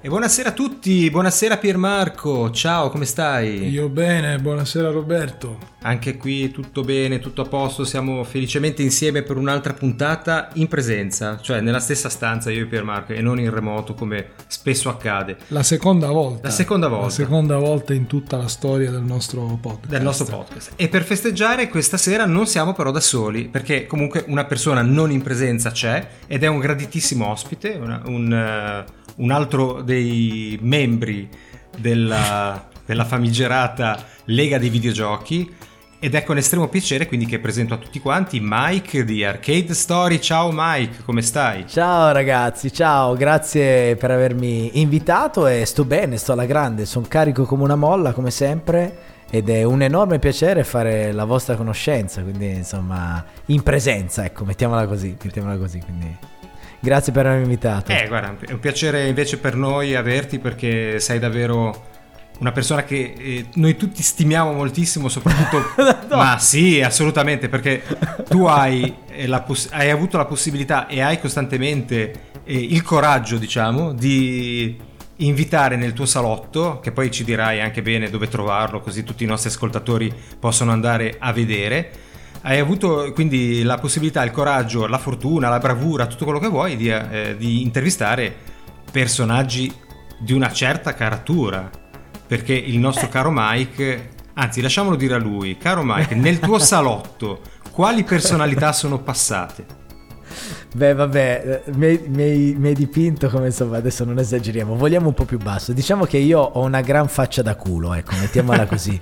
E buonasera a tutti, buonasera Piermarco, ciao, come stai? Io bene, buonasera Roberto. Anche qui tutto bene, tutto a posto, siamo felicemente insieme per un'altra puntata in presenza, cioè nella stessa stanza io e Piermarco e non in remoto come spesso accade. La seconda volta. La seconda volta in tutta la storia del nostro podcast. E per festeggiare questa sera non siamo però da soli, perché comunque una persona non in presenza c'è ed è un graditissimo ospite, un altro dei membri della famigerata Lega dei Videogiochi, ed è con estremo piacere quindi che presento a tutti quanti Mike di Arcade Story. Ciao Mike, come stai? Ciao ragazzi, ciao, grazie per avermi invitato e sto bene, sto alla grande, sono carico come una molla come sempre ed è un enorme piacere fare la vostra conoscenza, quindi insomma in presenza, ecco, mettiamola così, quindi... Grazie per avermi invitato. Guarda, è un piacere invece per noi averti, perché sei davvero una persona che noi tutti stimiamo moltissimo, soprattutto... No. Ma sì, assolutamente, perché tu hai avuto la possibilità e hai costantemente il coraggio, diciamo, di invitare nel tuo salotto, che poi ci dirai anche bene dove trovarlo, così tutti i nostri ascoltatori possono andare a vedere. Hai avuto quindi la possibilità, il coraggio, la fortuna, la bravura, tutto quello che vuoi di intervistare personaggi di una certa caratura, perché il nostro caro Mike, anzi lasciamolo dire a lui, caro Mike, nel tuo salotto quali personalità sono passate? Beh vabbè, mi hai dipinto come, insomma, adesso non esageriamo, vogliamo un po' più basso, diciamo che io ho una gran faccia da culo, ecco, mettiamola così.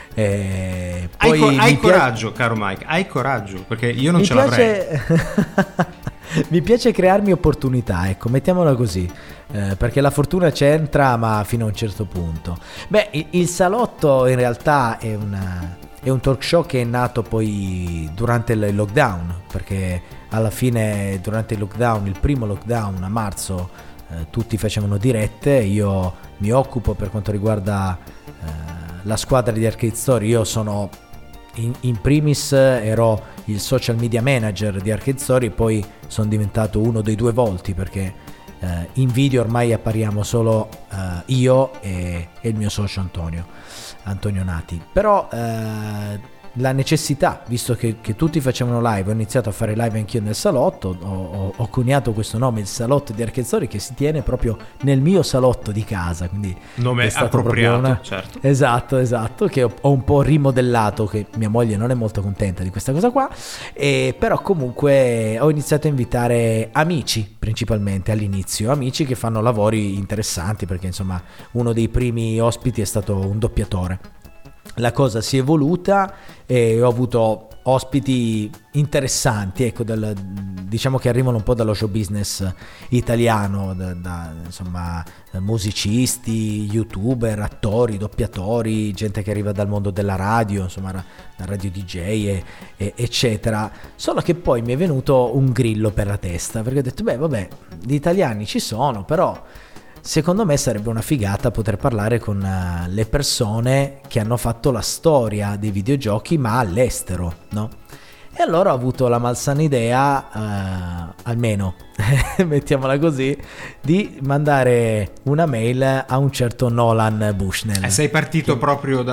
Hai coraggio, caro Mike, hai coraggio, perché io non ce l'avrei. Mi piace crearmi opportunità, ecco, mettiamola così, perché la fortuna c'entra ma fino a un certo punto. Beh, il salotto in realtà è un talk show che è nato poi durante il lockdown, perché alla fine durante il primo lockdown a marzo tutti facevano dirette. Io mi occupo, per quanto riguarda la squadra di Arcade Story, io sono in primis ero il social media manager di Arcade Story, poi sono diventato uno dei due volti, perché in video ormai appariamo solo io e il mio socio Antonio Nati, però la necessità, visto che tutti facevano live, ho iniziato a fare live anch'io nel salotto, ho coniato questo nome, il salotto di Arcade Story, che si tiene proprio nel mio salotto di casa, quindi nome appropriato, certo. Esatto, che ho un po' rimodellato, che mia moglie non è molto contenta di questa cosa qua, però comunque ho iniziato a invitare amici, principalmente all'inizio, amici che fanno lavori interessanti, perché insomma uno dei primi ospiti è stato un doppiatore. La cosa si è evoluta e ho avuto ospiti interessanti, ecco, diciamo che arrivano un po' dallo show business italiano, insomma musicisti, youtuber, attori, doppiatori, gente che arriva dal mondo della radio, insomma da radio DJ eccetera. Solo che poi mi è venuto un grillo per la testa, perché ho detto beh vabbè, gli italiani ci sono, però secondo me sarebbe una figata poter parlare con le persone che hanno fatto la storia dei videogiochi ma all'estero, no? E allora ho avuto la malsana idea, almeno mettiamola così, di mandare una mail a un certo Nolan Bushnell. Sei partito proprio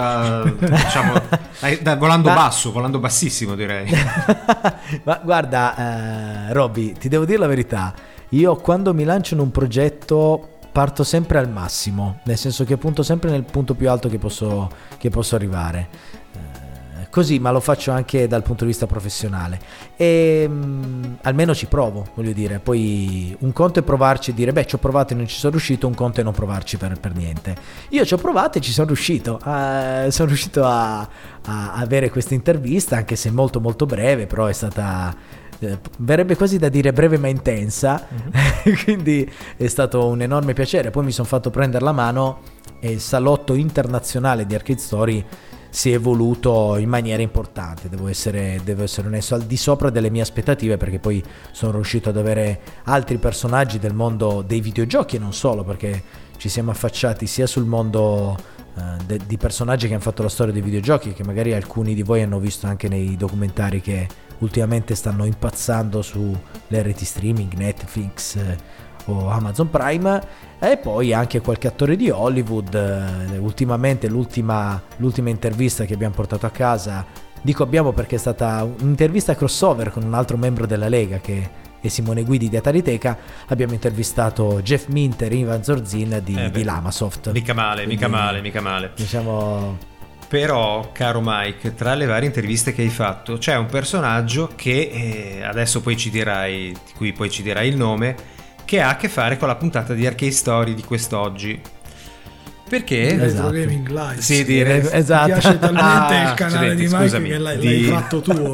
volando basso, volando bassissimo, direi. Ma guarda, Robby, ti devo dire la verità, io quando mi lancio in un progetto parto sempre al massimo, nel senso che punto sempre nel punto più alto che posso arrivare, così, ma lo faccio anche dal punto di vista professionale e almeno ci provo, voglio dire. Poi un conto è provarci e dire beh ci ho provato e non ci sono riuscito, un conto è non provarci per niente. Io ci ho provato e ci sono riuscito, a avere questa intervista, anche se molto molto breve, però è stata... verrebbe quasi da dire breve ma intensa, quindi è stato un enorme piacere. Poi mi sono fatto prendere la mano e il salotto internazionale di Arcade Story si è evoluto in maniera importante, devo essere onesto, al di sopra delle mie aspettative, perché poi sono riuscito ad avere altri personaggi del mondo dei videogiochi e non solo, perché ci siamo affacciati sia sul mondo di personaggi che hanno fatto la storia dei videogiochi, che magari alcuni di voi hanno visto anche nei documentari che ultimamente stanno impazzando sulle reti streaming, Netflix o Amazon Prime, e poi anche qualche attore di Hollywood. Ultimamente l'ultima intervista che abbiamo portato a casa, dico abbiamo perché è stata un'intervista crossover con un altro membro della Lega che è Simone Guidi di Atariteca. Abbiamo intervistato Jeff Minter e Ivan Zorzin di Lamasoft. Mica male. Diciamo... Però, caro Mike, tra le varie interviste che hai fatto c'è un personaggio che adesso poi ci dirai, di cui poi ci dirai il nome, che ha a che fare con la puntata di Arcade Story di quest'oggi. Perché? Retro Gaming Live. Sì, esatto. Mi piace talmente il canale di Mike, scusami, che l'hai fatto tuo.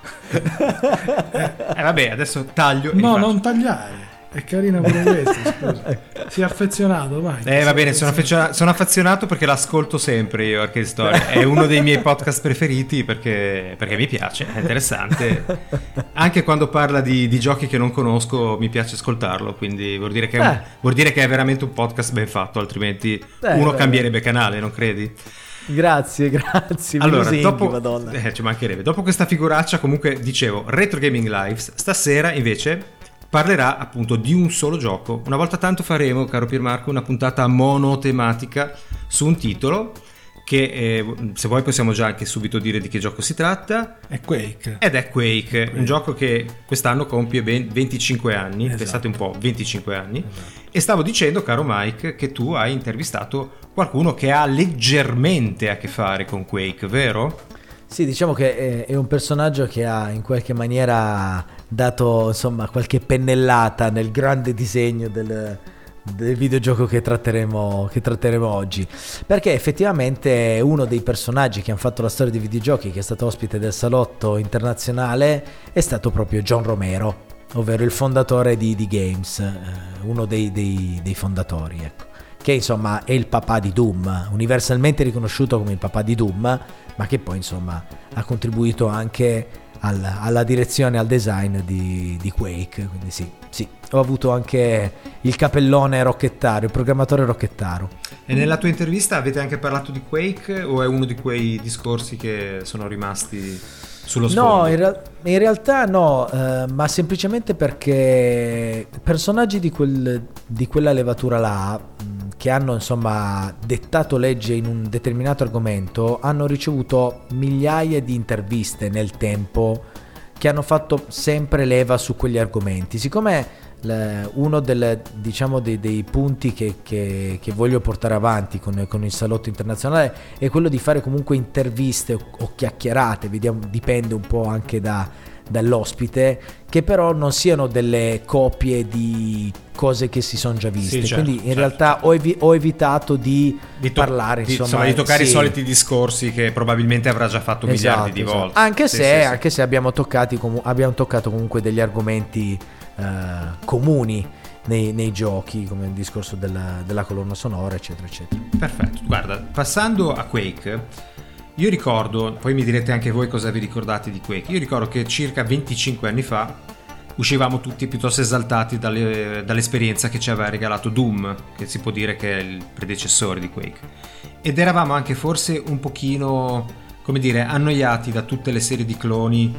Vabbè, adesso taglio. No, non tagliare. È carina pure questa, scusa. Si è affezionato, vai. Va bene, sono affezionato perché l'ascolto sempre io, Arcade Story. È uno dei miei podcast preferiti perché mi piace, è interessante. Anche quando parla di giochi che non conosco mi piace ascoltarlo, quindi vuol dire che è veramente un podcast ben fatto, altrimenti uno cambierebbe canale, non credi? Grazie. Allora, Madonna. Ci mancherebbe. Dopo questa figuraccia, comunque, dicevo, Retro Gaming Live stasera invece parlerà appunto di un solo gioco. Una volta tanto faremo, caro Piermarco, una puntata monotematica su un titolo che se vuoi possiamo già anche subito dire di che gioco si tratta. È Quake. Ed è Quake, un gioco che quest'anno compie ben 25 anni, esatto. Pensate un po', 25 anni. Esatto. E stavo dicendo, caro Mike, che tu hai intervistato qualcuno che ha leggermente a che fare con Quake, vero? Sì, diciamo che è un personaggio che ha in qualche maniera dato, insomma, qualche pennellata nel grande disegno del videogioco che tratteremo oggi, perché effettivamente uno dei personaggi che hanno fatto la storia dei videogiochi, che è stato ospite del salotto internazionale, è stato proprio John Romero, ovvero il fondatore di Games, uno dei fondatori, ecco, che insomma è il papà di Doom, universalmente riconosciuto come il papà di Doom, ma che poi insomma ha contribuito anche alla direzione, al design di Quake. Quindi sì, ho avuto anche il capellone rocchettaro, il programmatore rocchettaro. E nella tua intervista avete anche parlato di Quake o è uno di quei discorsi che sono rimasti sullo sfondo? No, in realtà no, ma semplicemente perché personaggi di quella levatura là, che hanno insomma dettato legge in un determinato argomento, hanno ricevuto migliaia di interviste nel tempo che hanno fatto sempre leva su quegli argomenti. Siccome uno dei punti che voglio portare avanti con il salotto internazionale è quello di fare comunque interviste o chiacchierate, vediamo, dipende un po' anche dall'ospite, che però non siano delle copie di cose che si sono già viste. Sì, certo, quindi in realtà ho evitato di parlare di toccare i soliti discorsi che probabilmente avrà già fatto miliardi di volte, anche se abbiamo toccato comunque degli argomenti comuni nei giochi, come il discorso della colonna sonora, eccetera eccetera. Perfetto. Guarda, passando a Quake, io ricordo, poi mi direte anche voi cosa vi ricordate di Quake. Io ricordo che circa 25 anni fa uscivamo tutti piuttosto esaltati dall'esperienza che ci aveva regalato Doom, che si può dire che è il predecessore di Quake, ed eravamo anche forse un pochino, come dire, annoiati da tutte le serie di cloni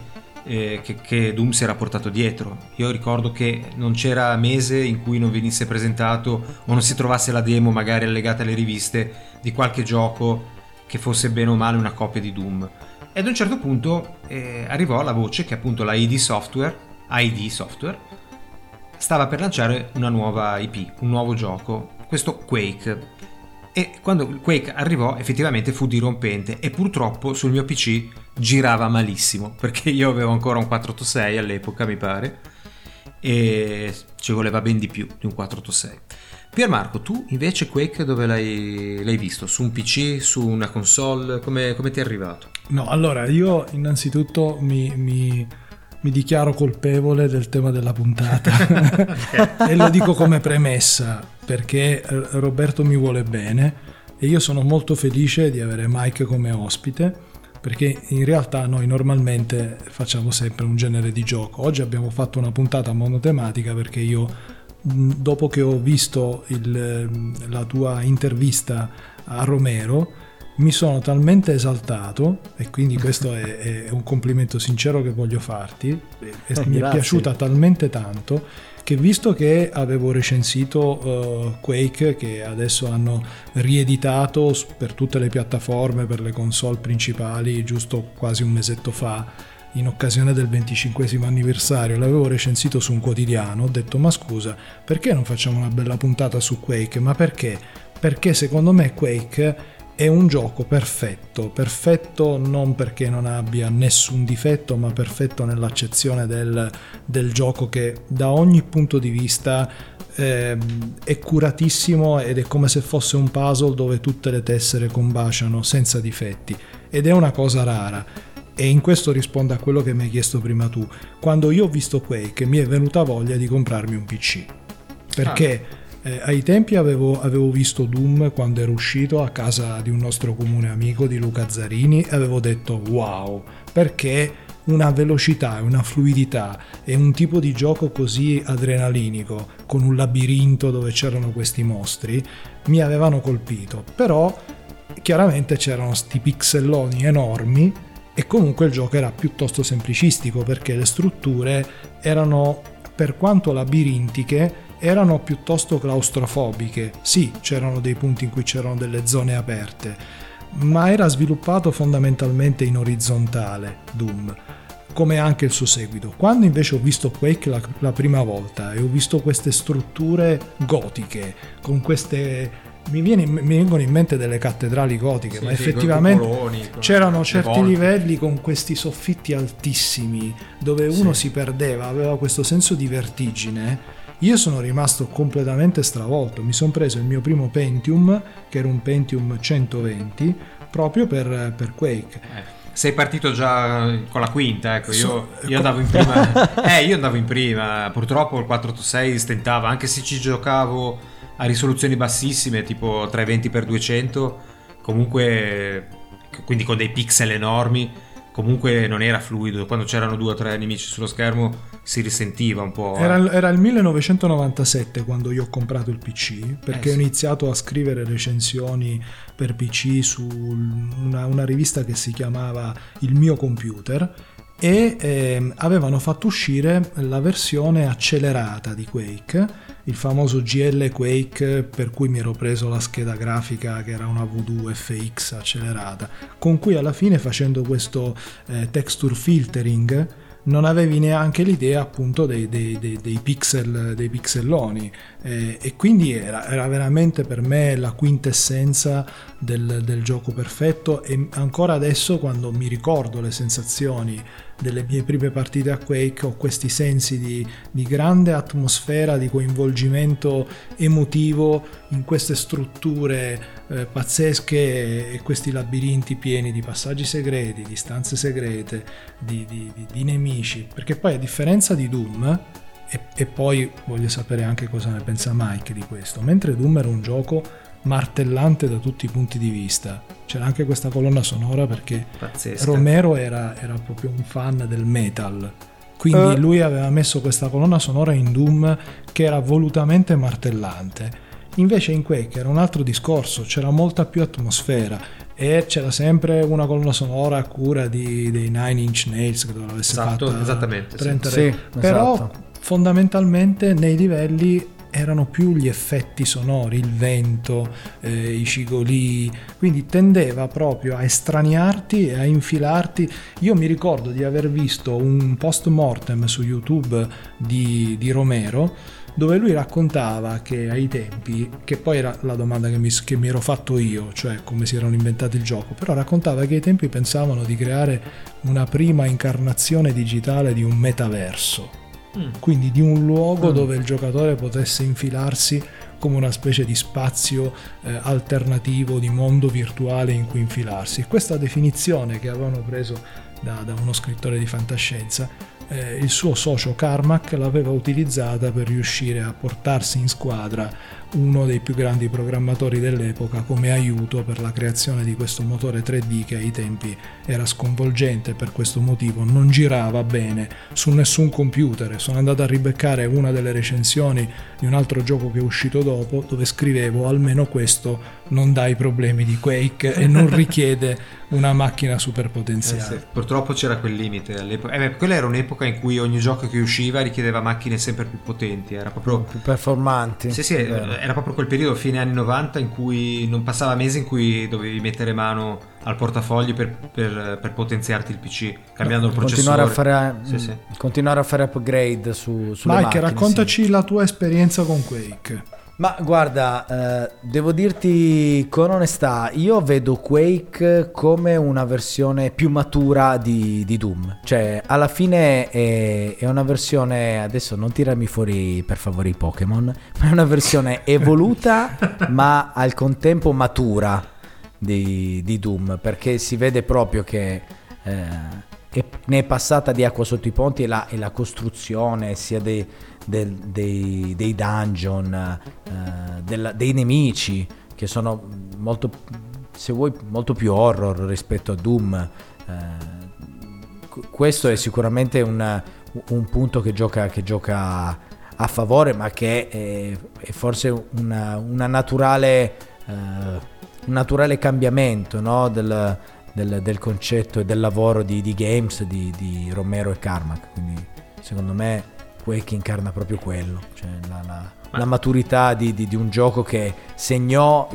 che Doom si era portato dietro. Io ricordo che non c'era mese in cui non venisse presentato o non si trovasse la demo magari allegata alle riviste di qualche gioco che fosse bene o male una copia di Doom. Ed a un certo punto arrivò la voce che appunto la ID Software stava per lanciare una nuova IP, un nuovo gioco, questo Quake. E quando Quake arrivò effettivamente fu dirompente e purtroppo sul mio PC girava malissimo, perché io avevo ancora un 486 all'epoca, mi pare, e ci voleva ben di più di un 486. Piermarco, tu invece Quake dove l'hai visto? Su un PC, su una console? Come ti è arrivato? No, allora io innanzitutto mi dichiaro colpevole del tema della puntata e lo dico come premessa, perché Roberto mi vuole bene e io sono molto felice di avere Mike come ospite, perché in realtà noi normalmente facciamo sempre un genere di gioco. Oggi abbiamo fatto una puntata monotematica perché io, dopo che ho visto la tua intervista a Romero, mi sono talmente esaltato, e quindi questo è un complimento sincero che voglio farti, mi è piaciuta talmente tanto che visto che avevo recensito Quake, che adesso hanno rieditato per tutte le piattaforme, per le console principali, giusto quasi un mesetto fa, in occasione del 25esimo anniversario, l'avevo recensito su un quotidiano, ho detto ma scusa, perché non facciamo una bella puntata su Quake? Ma perché? Perché secondo me Quake è un gioco perfetto non perché non abbia nessun difetto, ma perfetto nell'accezione del gioco, che da ogni punto di vista è curatissimo ed è come se fosse un puzzle dove tutte le tessere combaciano senza difetti, ed è una cosa rara. E in questo rispondo a quello che mi hai chiesto prima tu. Quando io ho visto Quake mi è venuta voglia di comprarmi un PC, perché ai tempi avevo visto Doom quando era uscito a casa di un nostro comune amico, di Luca Zarini, e avevo detto wow, perché una velocità e una fluidità e un tipo di gioco così adrenalinico, con un labirinto dove c'erano questi mostri, mi avevano colpito. Però chiaramente c'erano sti pixelloni enormi e comunque il gioco era piuttosto semplicistico, perché le strutture erano, per quanto labirintiche, erano piuttosto claustrofobiche. Sì, c'erano dei punti in cui c'erano delle zone aperte, ma era sviluppato fondamentalmente in orizzontale Doom, come anche il suo seguito. Quando invece ho visto Quake la prima volta e ho visto queste strutture gotiche, con queste... mi vengono in mente delle cattedrali gotiche, ma effettivamente cupoloni, c'erano certi livelli con questi soffitti altissimi dove uno si perdeva, aveva questo senso di vertigine. Io sono rimasto completamente stravolto. Mi sono preso il mio primo Pentium, che era un Pentium 120, proprio per Quake. Sei partito già con la quinta, ecco. Io andavo in prima. Io andavo in prima. Purtroppo il 486 stentava, anche se ci giocavo a risoluzioni bassissime, tipo 320x200, comunque, quindi con dei pixel enormi, comunque non era fluido. Quando c'erano 2 o 3 nemici sullo schermo si risentiva un po'. Era il 1997 quando io ho comprato il PC, perché ho iniziato a scrivere recensioni per PC su una rivista che si chiamava Il mio computer, e avevano fatto uscire la versione accelerata di Quake, il famoso GL Quake, per cui mi ero preso la scheda grafica che era una V2 FX accelerata, con cui alla fine, facendo questo texture filtering, non avevi neanche l'idea appunto dei pixel, dei pixelloni, e quindi era veramente per me la quintessenza del gioco perfetto. E ancora adesso, quando mi ricordo le sensazioni delle mie prime partite a Quake, ho questi sensi di grande atmosfera, di coinvolgimento emotivo in queste strutture pazzesche, e questi labirinti pieni di passaggi segreti, di stanze segrete, di nemici. Perché poi, a differenza di Doom, e poi voglio sapere anche cosa ne pensa Mike di questo, mentre Doom era un gioco martellante da tutti i punti di vista, c'era anche questa colonna sonora, perché pazzesca. Romero era proprio un fan del metal, quindi lui aveva messo questa colonna sonora in Doom che era volutamente martellante. Invece in Quake era un altro discorso, c'era molta più atmosfera e c'era sempre una colonna sonora a cura dei Nine Inch Nails, che doveva essere fatta esattamente, Trent Reznor. Però fondamentalmente nei livelli erano più gli effetti sonori, il vento, i cigolii, quindi tendeva proprio a estraniarti e a infilarti. Io mi ricordo di aver visto un post mortem su YouTube di Romero, dove lui raccontava che ai tempi, che poi era la domanda che mi ero fatto io, cioè come si erano inventati il gioco, però raccontava che ai tempi pensavano di creare una prima incarnazione digitale di un metaverso, quindi di un luogo dove il giocatore potesse infilarsi come una specie di spazio alternativo, di mondo virtuale in cui infilarsi. E questa definizione, che avevano preso da uno scrittore di fantascienza, il suo socio Carmack l'aveva utilizzata per riuscire a portarsi in squadra uno dei più grandi programmatori dell'epoca come aiuto per la creazione di questo motore 3D, che ai tempi era sconvolgente. Per questo motivo non girava bene su nessun computer. Sono andato a ribeccare una delle recensioni di un altro gioco che è uscito dopo, dove scrivevo: almeno questo non dà i problemi di Quake e non richiede una macchina super potenziale. Purtroppo c'era quel limite all'epoca. Quella era un'epoca un'epoca in cui ogni gioco che usciva richiedeva macchine sempre più potenti, era proprio più performanti. Sì, era proprio quel periodo fine anni 90 in cui non passava mesi in cui dovevi mettere mano al portafogli per potenziarti il PC, cambiando il processore. Continuare a fare upgrade sulle Mike, macchine. Raccontaci la tua esperienza con Quake. Ma guarda, devo dirti con onestà, io vedo Quake come una versione più matura di Doom. Cioè, alla fine è una versione, adesso non tirarmi fuori per favore i Pokémon, ma è una versione evoluta ma al contempo matura di Doom, perché si vede proprio che ne è passata di acqua sotto i ponti e la costruzione sia dei dungeon, dei nemici, che sono molto, se vuoi, molto più horror rispetto a Doom. Questo è sicuramente un punto che gioca a favore, ma che è forse un naturale cambiamento, no? del concetto e del lavoro di games di Romero e Carmack. Quindi secondo me Quake incarna proprio quello, cioè la maturità di un gioco che segnò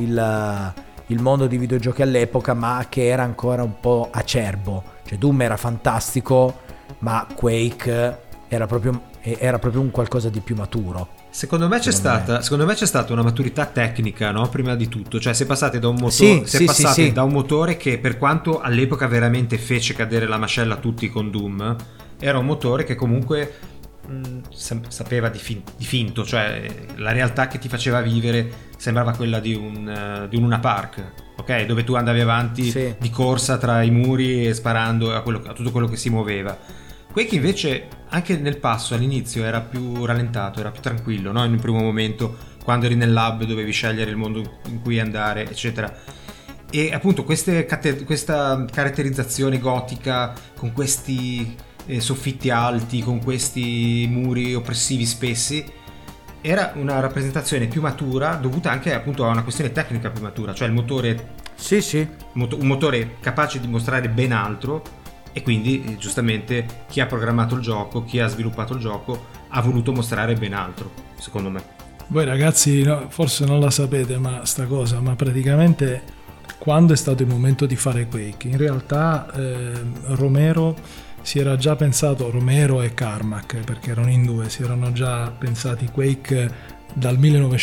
il mondo di videogiochi all'epoca, ma che era ancora un po' acerbo. Cioè Doom era fantastico, ma Quake era proprio un qualcosa di più maturo. Secondo me c'è stata una maturità tecnica, no? Prima di tutto, cioè si è passati da un motore, da un motore che, per quanto all'epoca veramente fece cadere la mascella a tutti con Doom, era un motore che comunque sapeva di finto, cioè la realtà che ti faceva vivere sembrava quella di un Luna Park, ok? Dove tu andavi avanti di corsa tra i muri e sparando a tutto quello che si muoveva. Quake invece anche nel passo all'inizio era più rallentato, era più tranquillo, no? In un primo momento, quando eri nel lab dovevi scegliere il mondo in cui andare, eccetera. E appunto questa caratterizzazione gotica con questi soffitti alti, con questi muri oppressivi spessi, era una rappresentazione più matura, dovuta anche appunto a una questione tecnica più matura, cioè il motore un motore capace di mostrare ben altro. E quindi giustamente chi ha programmato il gioco, chi ha sviluppato il gioco, ha voluto mostrare ben altro, secondo me. Voi ragazzi forse non la sapete ma praticamente quando è stato il momento di fare Quake, in realtà Romero si era già pensato, Romero e Carmack, perché erano in due, si erano già pensati Quake dal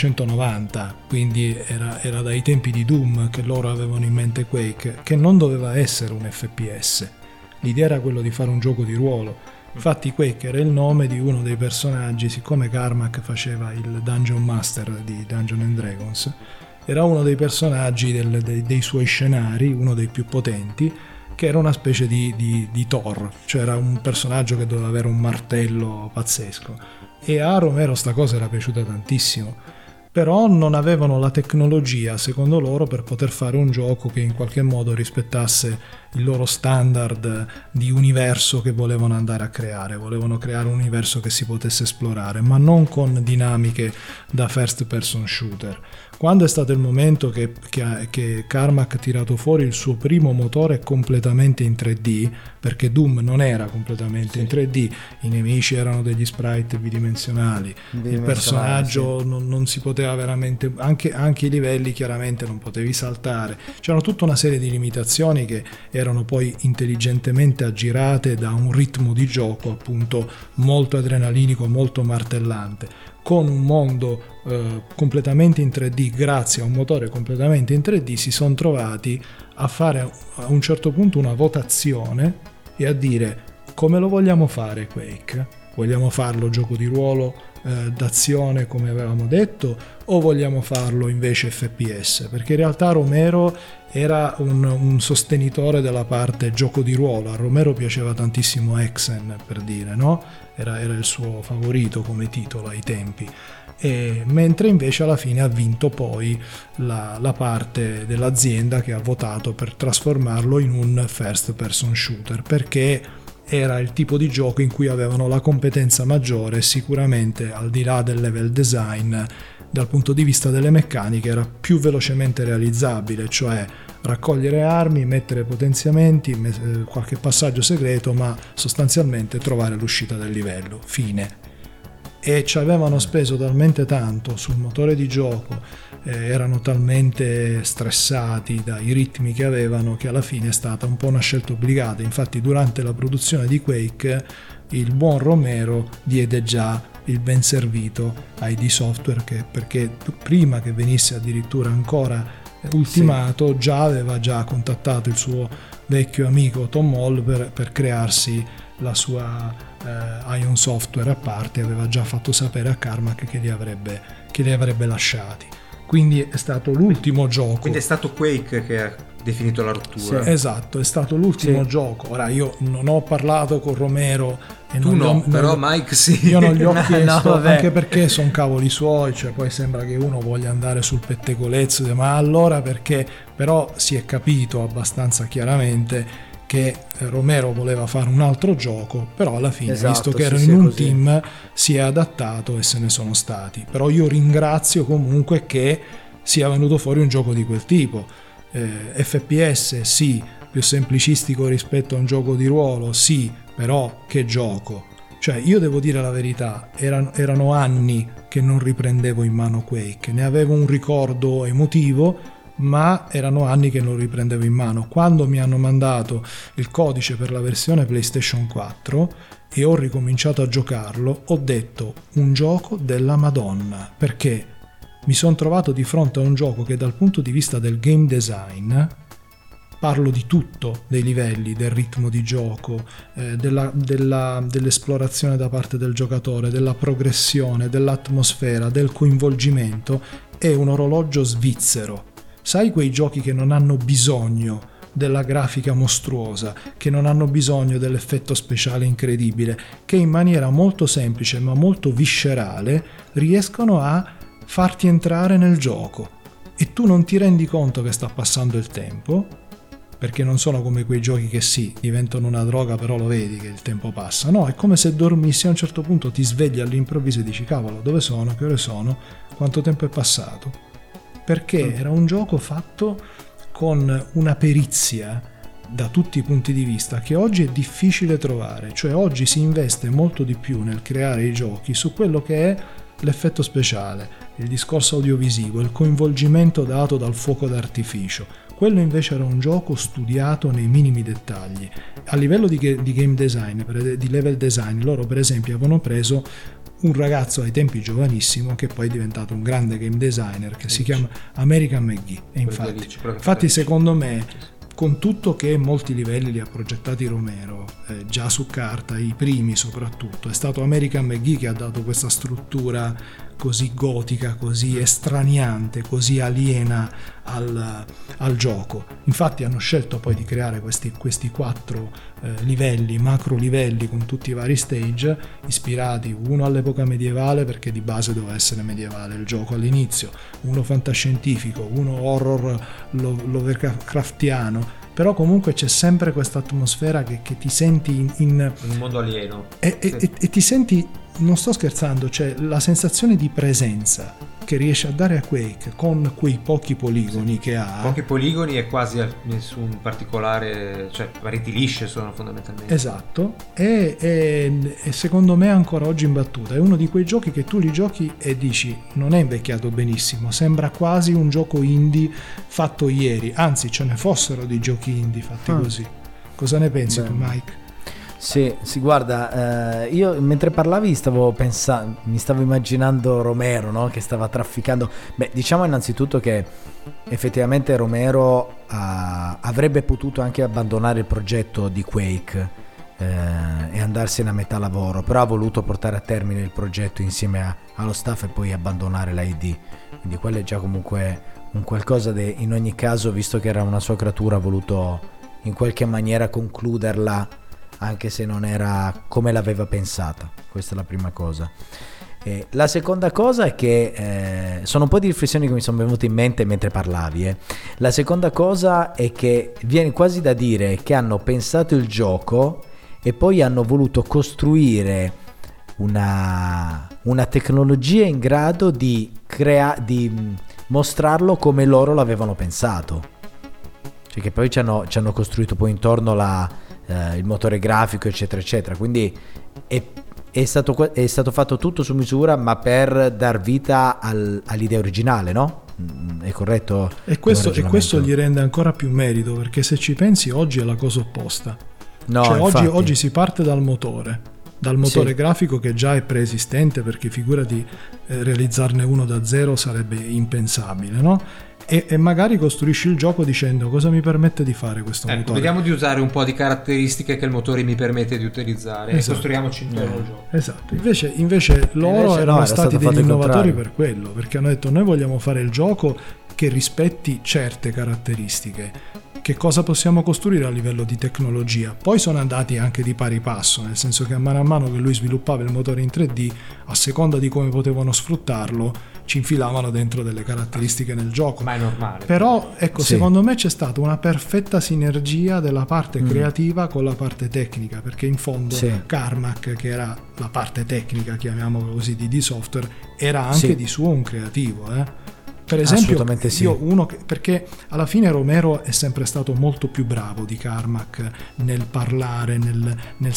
1990, quindi era dai tempi di Doom che loro avevano in mente Quake, che non doveva essere un FPS. L'idea era quello di fare un gioco di ruolo. Infatti Quake era il nome di uno dei personaggi, siccome Carmack faceva il Dungeon Master di Dungeons and Dragons, era uno dei personaggi dei suoi scenari, uno dei più potenti, che era una specie di Thor, cioè era un personaggio che doveva avere un martello pazzesco. E a Romero sta cosa era piaciuta tantissimo, però non avevano la tecnologia, secondo loro, per poter fare un gioco che in qualche modo rispettasse il loro standard di universo che volevano andare a creare. Volevano creare un universo che si potesse esplorare, ma non con dinamiche da first person shooter. Quando è stato il momento che Carmack ha tirato fuori il suo primo motore completamente in 3D, perché Doom non era completamente in 3D, i nemici erano degli sprite bidimensionali, il personaggio non si poteva veramente, anche i livelli chiaramente non potevi saltare, c'erano tutta una serie di limitazioni che erano poi intelligentemente aggirate da un ritmo di gioco appunto molto adrenalinico, molto martellante. Con un mondo completamente in 3D, grazie a un motore completamente in 3D, si sono trovati a fare a un certo punto una votazione e a dire: come lo vogliamo fare Quake? Vogliamo farlo gioco di ruolo d'azione come avevamo detto, o vogliamo farlo invece FPS? Perché in realtà Romero era un sostenitore della parte gioco di ruolo. A Romero piaceva tantissimo Hexen, per dire, no? Era il suo favorito come titolo ai tempi. Mentre invece alla fine ha vinto poi la parte dell'azienda che ha votato per trasformarlo in un first person shooter, perché era il tipo di gioco in cui avevano la competenza maggiore, sicuramente al di là del level design, dal punto di vista delle meccaniche era più velocemente realizzabile, cioè raccogliere armi, mettere potenziamenti, qualche passaggio segreto, ma sostanzialmente trovare l'uscita del livello, fine. E ci avevano speso talmente tanto sul motore di gioco, erano talmente stressati dai ritmi che avevano, che alla fine è stata un po' una scelta obbligata. Infatti durante la produzione di Quake il buon Romero diede già il ben servito a ID Software, perché prima che venisse addirittura ancora ultimato già aveva già contattato il suo vecchio amico Tom Hall per crearsi la sua Ion Software a parte, aveva già fatto sapere a Carmack che li avrebbe lasciati. Quindi è stato l'ultimo gioco. Quindi è stato Quake che ha definito la rottura. Sì, esatto, è stato l'ultimo gioco. Ora io non ho parlato con Romero e tu però Mike sì. Io non gli ho chiesto, anche perché sono cavoli suoi, cioè poi sembra che uno voglia andare sul pettegolezzo, ma allora perché? Però si è capito abbastanza chiaramente che Romero voleva fare un altro gioco, però alla fine, visto che erano in un team, si è adattato e se ne sono stati. Però io ringrazio comunque che sia venuto fuori un gioco di quel tipo. FPS sì, più semplicistico rispetto a un gioco di ruolo, sì, però che gioco. Cioè io devo dire la verità, erano anni che non riprendevo in mano Quake, ne avevo un ricordo emotivo, ma erano anni che non riprendevo in mano. Quando mi hanno mandato il codice per la versione PlayStation 4 e ho ricominciato a giocarlo, ho detto un gioco della Madonna, perché mi sono trovato di fronte a un gioco che dal punto di vista del game design, parlo di tutto, dei livelli, del ritmo di gioco, dell'esplorazione da parte del giocatore, della progressione, dell'atmosfera, del coinvolgimento, è un orologio svizzero. Sai quei giochi che non hanno bisogno della grafica mostruosa, che non hanno bisogno dell'effetto speciale incredibile, che in maniera molto semplice ma molto viscerale riescono a farti entrare nel gioco e tu non ti rendi conto che sta passando il tempo, perché non sono come quei giochi che sì, diventano una droga però lo vedi che il tempo passa. No, è come se dormissi, a un certo punto ti svegli all'improvviso e dici cavolo, dove sono, che ore sono, quanto tempo è passato? Perché era un gioco fatto con una perizia da tutti i punti di vista che oggi è difficile trovare. Cioè oggi si investe molto di più nel creare i giochi su quello che è l'effetto speciale, il discorso audiovisivo, il coinvolgimento dato dal fuoco d'artificio. Quello invece era un gioco studiato nei minimi dettagli. A livello di game design, di level design, loro per esempio avevano preso un ragazzo ai tempi giovanissimo che poi è diventato un grande game designer che si chiama American McGee, e infatti secondo me, con tutto che molti livelli li ha progettati Romero, già su carta, i primi soprattutto, è stato American McGee che ha dato questa struttura così gotica, così estraniante, così aliena al gioco. Infatti hanno scelto poi di creare questi 4 livelli, macro livelli con tutti i vari stage, ispirati uno all'epoca medievale, perché di base doveva essere medievale il gioco all'inizio, uno fantascientifico, uno horror Lovecraftiano, però comunque c'è sempre questa atmosfera che ti senti in un mondo alieno e ti senti, non sto scherzando, c'è la sensazione di presenza che riesce a dare a Quake con quei pochi poligoni che ha. Pochi poligoni e quasi nessun particolare, cioè pareti lisce sono fondamentalmente. Esatto, e secondo me ancora oggi imbattuta. È uno di quei giochi che tu li giochi e dici non è invecchiato benissimo, sembra quasi un gioco indie fatto ieri, anzi ce ne fossero di giochi indie fatti così. Cosa ne pensi tu, Mike? Sì, guarda, io mentre parlavi mi stavo immaginando Romero, no? Che stava trafficando. Beh, diciamo innanzitutto che effettivamente Romero avrebbe potuto anche abbandonare il progetto di Quake e andarsene a metà lavoro, però ha voluto portare a termine il progetto insieme allo staff e poi abbandonare la ID. Quindi quello è già comunque un qualcosa in ogni caso, visto che era una sua creatura, ha voluto in qualche maniera concluderla, anche se non era come l'aveva pensata. Questa è la prima cosa. La seconda cosa è che sono un po' di riflessioni che mi sono venute in mente mentre parlavi. La seconda cosa è che viene quasi da dire che hanno pensato il gioco e poi hanno voluto costruire una tecnologia in grado di mostrarlo come loro l'avevano pensato. perché poi ci hanno costruito poi intorno il motore grafico, eccetera eccetera, quindi è stato fatto tutto su misura, ma per dar vita all'idea originale, no? È corretto? E questo gli rende ancora più merito, perché se ci pensi oggi è la cosa opposta. No, cioè oggi si parte dal motore Sì. grafico, che già è preesistente, perché figurati realizzarne uno da zero sarebbe impensabile, no? E magari costruisci il gioco dicendo: cosa mi permette di fare questo motore? Vediamo di usare un po' di caratteristiche che il motore mi permette di utilizzare, Esatto. e costruiamoci intorno al gioco. Esatto, invece loro erano era stati stato fatto degli il innovatori contrario. per quello, perché hanno detto: noi vogliamo fare il gioco che rispetti certe caratteristiche. Che cosa possiamo costruire a livello di tecnologia? Poi sono andati anche di pari passo, nel senso che a mano che lui sviluppava il motore in 3D, a seconda di come potevano sfruttarlo, ci infilavano dentro delle caratteristiche nel gioco. Ma è normale. Però ecco, Sì. secondo me c'è stata una perfetta sinergia della parte creativa con la parte tecnica, perché in fondo Sì. Carmack, che era la parte tecnica, chiamiamolo così, di D Software, era anche Sì. di suo un creativo. Per esempio, Assolutamente sì. perché alla fine Romero è sempre stato molto più bravo di Carmack nel parlare, nel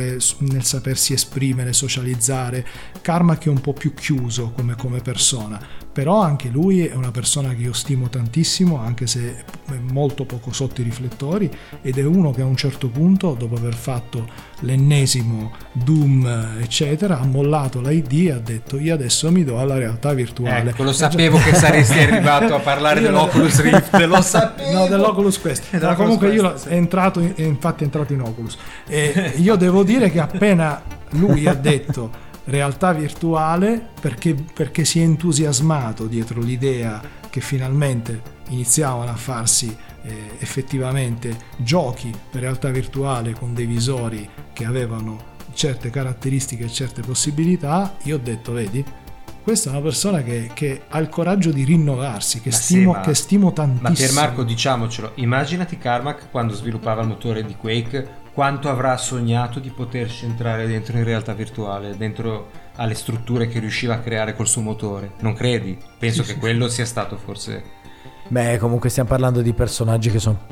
sapersi esprimere, socializzare. Carmack è un po' più chiuso come persona, però anche lui è una persona che io stimo tantissimo, anche se è molto poco sotto i riflettori, ed è uno che a un certo punto, dopo aver fatto l'ennesimo Doom eccetera, ha mollato l'ID e ha detto: io adesso mi do alla realtà virtuale. Ecco, lo sapevo che saresti arrivato a parlare Io dell'Oculus Rift, lo sapevo. No, dell'Oculus Quest. Ma comunque è entrato in Oculus. E io devo dire che appena lui ha detto realtà virtuale, perché si è entusiasmato dietro l'idea che finalmente iniziavano a farsi effettivamente giochi per realtà virtuale con dei visori che avevano certe caratteristiche e certe possibilità, io ho detto: vedi, questa è una persona che ha il coraggio di rinnovarsi, che stimo tantissimo. Ma Piermarco, diciamocelo, immaginati Carmack quando sviluppava il motore di Quake, quanto avrà sognato di poterci entrare dentro in realtà virtuale, dentro alle strutture che riusciva a creare col suo motore. Non credi? Penso che quello sia stato forse... Beh, comunque stiamo parlando di personaggi che sono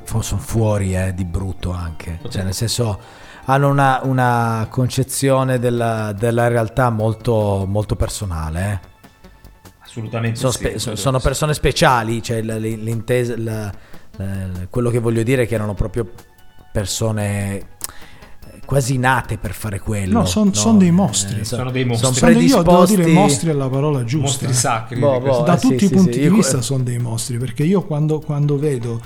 fuori di brutto anche, cioè nel senso hanno una concezione della realtà molto, molto personale. Assolutamente Sono persone speciali, cioè quello che voglio dire è che erano proprio persone quasi nate per fare quello. No, sono dei mostri. Sono dei mostri. Io devo dire mostri è la parola giusta. Mostri sacri. Da tutti i punti di vista sono dei mostri, perché io quando vedo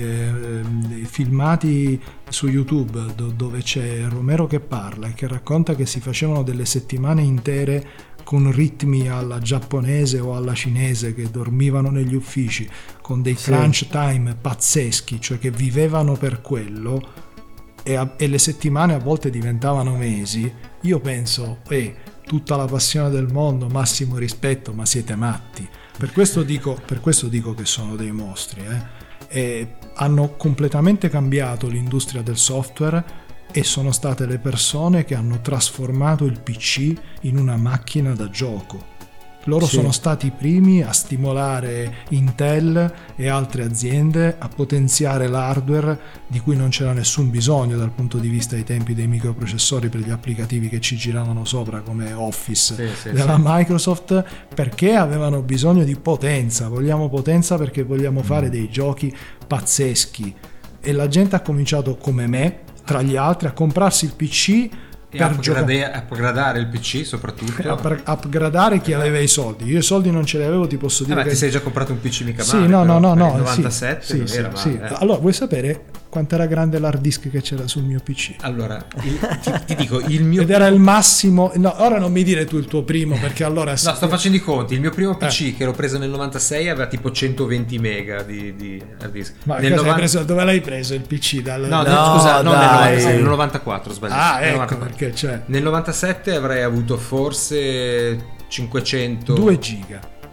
filmati su YouTube dove c'è Romero che parla e che racconta che si facevano delle settimane intere con ritmi alla giapponese o alla cinese, che dormivano negli uffici con dei crunch time pazzeschi, cioè che vivevano per quello, e le settimane a volte diventavano mesi, io penso: tutta la passione del mondo, massimo rispetto, ma siete matti. Per questo dico che sono dei mostri. E hanno completamente cambiato l'industria del software, e sono state le persone che hanno trasformato il PC in una macchina da gioco. Loro sono stati i primi a stimolare Intel e altre aziende a potenziare l'hardware, di cui non c'era nessun bisogno dal punto di vista ai tempi dei microprocessori per gli applicativi che ci giravano sopra, come Office della Microsoft, perché avevano bisogno di potenza. Vogliamo potenza perché vogliamo fare dei giochi pazzeschi, e la gente ha cominciato, come me, tra gli altri, a comprarsi il PC per upgradare il PC soprattutto, per upgradare chi aveva i soldi. Io i soldi non ce li avevo, ti posso dire ma che... ti sei già comprato un PC mica sì, male, no, però, no, nel 97 non era male. Allora, vuoi sapere quanto era grande l'hard disk che c'era sul mio PC? Allora, ti dico, il mio... Ed era il massimo... No, ora non mi dire tu il tuo primo, perché allora... No, sto facendo i conti. Il mio primo PC che l'ho preso nel 96 aveva tipo 120 mega di hard disk. Ma dove l'hai preso il PC? Scusa, non nel 96, nel 94 sbagliato. Ah, ecco, 94. perché c'è... Nel 97 avrei avuto forse 500... 2 giga.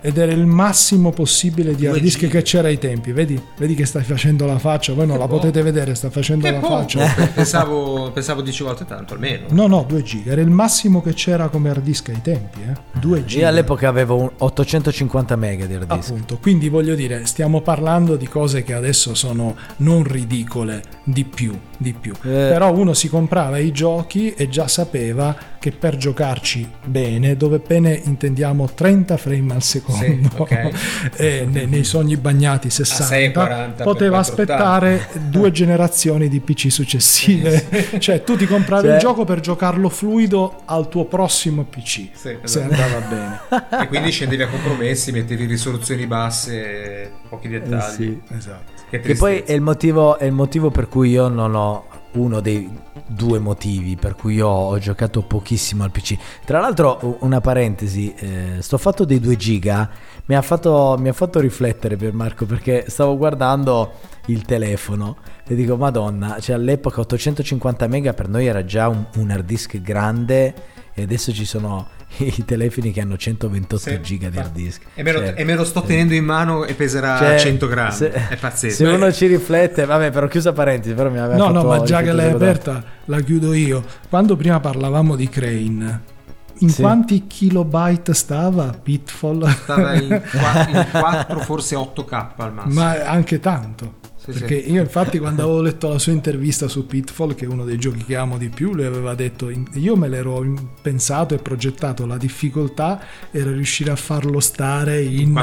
ed era il massimo possibile di hard disk che c'era ai tempi. Vedi che stai facendo la faccia, voi non la potete vedere, sta facendo la faccia. Pensavo 10 volte tanto almeno. No, 2 giga era il massimo che c'era come hard disk ai tempi, 2 giga. Io all'epoca avevo un 850 mega di hard disk. Appunto, quindi voglio dire, stiamo parlando di cose che adesso sono non ridicole, di più. Però uno si comprava i giochi e già sapeva che per giocarci bene, dove bene intendiamo 30 frame al secondo, sì, okay. E nei sogni bagnati 60, 640 poteva aspettare 2 generazioni di PC successive. Cioè tu ti compravi il gioco per giocarlo fluido al tuo prossimo PC, se andava bene. E quindi scendevi a compromessi, mettevi risoluzioni basse, pochi dettagli. Sì. Esatto. Che poi è il motivo per cui io non ho, uno dei 2 motivi per cui io ho giocato pochissimo al PC. Tra l'altro, una parentesi, sto fatto dei 2 giga mi ha fatto riflettere, per Marco, perché stavo guardando il telefono e dico madonna, cioè all'epoca 850 mega per noi era già un hard disk grande, e adesso ci sono i telefoni che hanno 128 giga di hard disk. E me lo sto tenendo in mano e peserà 100 grammi. È pazzesco. Se uno ci riflette, vabbè, però chiusa parentesi, però mi aveva fatto ma già che l'hai aperta la chiudo io. Quando prima parlavamo di Crane, in quanti kilobyte stava Pitfall? Stava in 4, forse 8K al massimo. Ma anche tanto. Perché io infatti quando avevo letto la sua intervista su Pitfall, che è uno dei giochi che amo di più, lui aveva detto, io me l'ero pensato e progettato, la difficoltà era riuscire a farlo stare in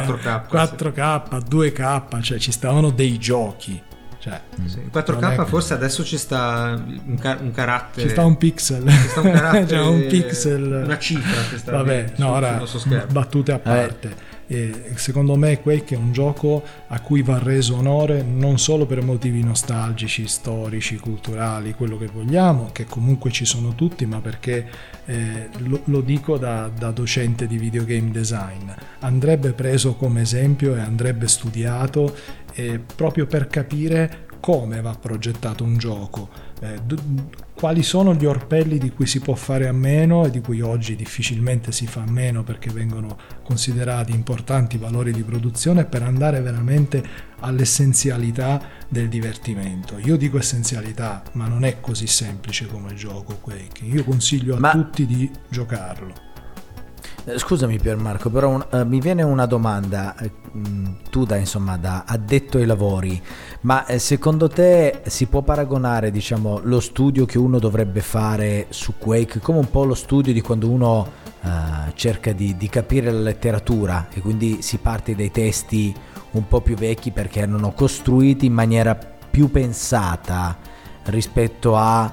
4K 2K, cioè ci stavano dei giochi. Cioè, in 4K forse adesso ci sta un carattere, ci sta un pixel, cioè un pixel, una cifra che sta vabbè, ora battute a parte. E secondo me Quake è un gioco a cui va reso onore non solo per motivi nostalgici, storici, culturali, quello che vogliamo, che comunque ci sono tutti, ma perché lo dico da docente di videogame design, andrebbe preso come esempio e andrebbe studiato proprio per capire come va progettato un gioco, quali sono gli orpelli di cui si può fare a meno e di cui oggi difficilmente si fa a meno perché vengono considerati importanti valori di produzione, per andare veramente all'essenzialità del divertimento. Io dico essenzialità, ma non è così semplice come gioco Quake. Io consiglio a tutti di giocarlo. Scusami Piermarco, però mi viene una domanda, tu da addetto ai lavori, ma secondo te si può paragonare, diciamo, lo studio che uno dovrebbe fare su Quake come un po' lo studio di quando uno cerca di capire la letteratura, e quindi si parte dai testi un po' più vecchi perché erano costruiti in maniera più pensata rispetto a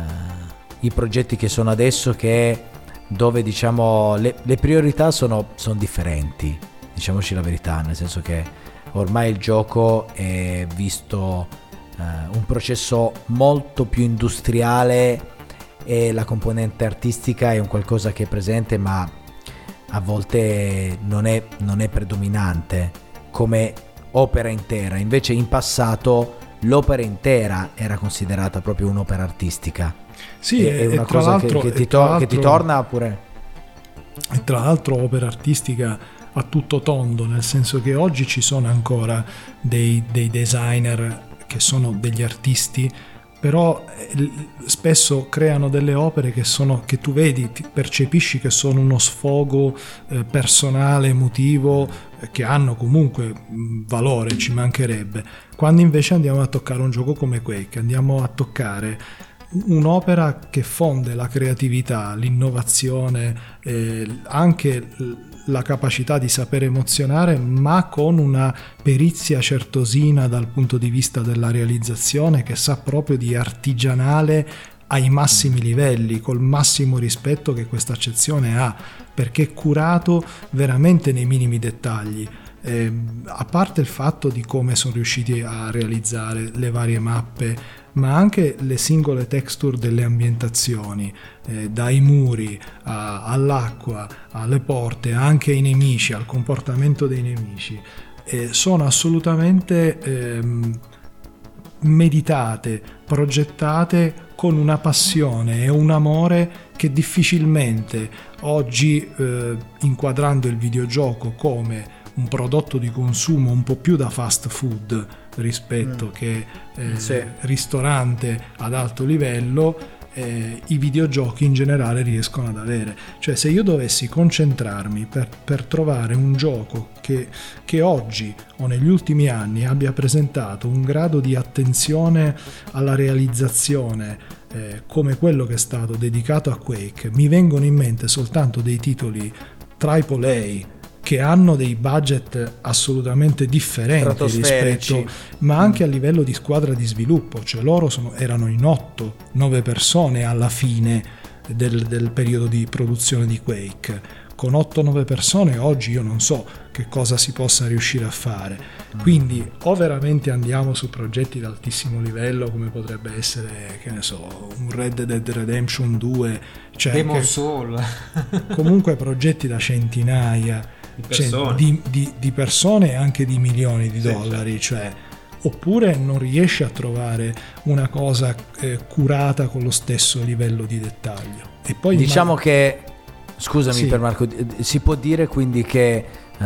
i progetti che sono adesso, che dove diciamo le priorità sono differenti, diciamoci la verità, nel senso che ormai il gioco è visto un processo molto più industriale e la componente artistica è un qualcosa che è presente, ma a volte non è predominante come opera intera. Invece in passato l'opera intera era considerata proprio un'opera artistica. Sì, è una cosa che ti torna pure. E tra l'altro opera artistica a tutto tondo, nel senso che oggi ci sono ancora dei designer che sono degli artisti, però spesso creano delle opere che tu vedi, percepisci che sono uno sfogo personale, emotivo, che hanno comunque valore, ci mancherebbe. Quando invece andiamo a toccare un gioco come Quake, andiamo a toccare un'opera che fonde la creatività, l'innovazione, anche la capacità di saper emozionare, ma con una perizia certosina dal punto di vista della realizzazione, che sa proprio di artigianale ai massimi livelli, col massimo rispetto che questa accezione ha, perché è curato veramente nei minimi dettagli. A parte il fatto di come sono riusciti a realizzare le varie mappe, ma anche le singole texture delle ambientazioni, dai muri all'acqua, alle porte, anche ai nemici, al comportamento dei nemici, sono assolutamente meditate, progettate con una passione e un amore che difficilmente oggi, inquadrando il videogioco come un prodotto di consumo un po' più da fast food rispetto che ristorante ad alto livello, i videogiochi in generale riescono ad avere. Cioè, se io dovessi concentrarmi per trovare un gioco che oggi o negli ultimi anni abbia presentato un grado di attenzione alla realizzazione come quello che è stato dedicato a Quake, mi vengono in mente soltanto dei titoli AAA che hanno dei budget assolutamente differenti rispetto, ma anche a livello di squadra di sviluppo. Cioè, loro erano in 8-9 persone alla fine del periodo di produzione di Quake. Con 8-9 persone oggi io non so che cosa si possa riuscire a fare. Quindi o veramente andiamo su progetti d'altissimo livello, come potrebbe essere, che ne so, un Red Dead Redemption 2, cioè Demon Soul, comunque progetti da centinaia di persone e anche di milioni di dollari, cioè, oppure non riesce a trovare una cosa curata con lo stesso livello di dettaglio. E poi diciamo che, scusami per Marco, si può dire quindi che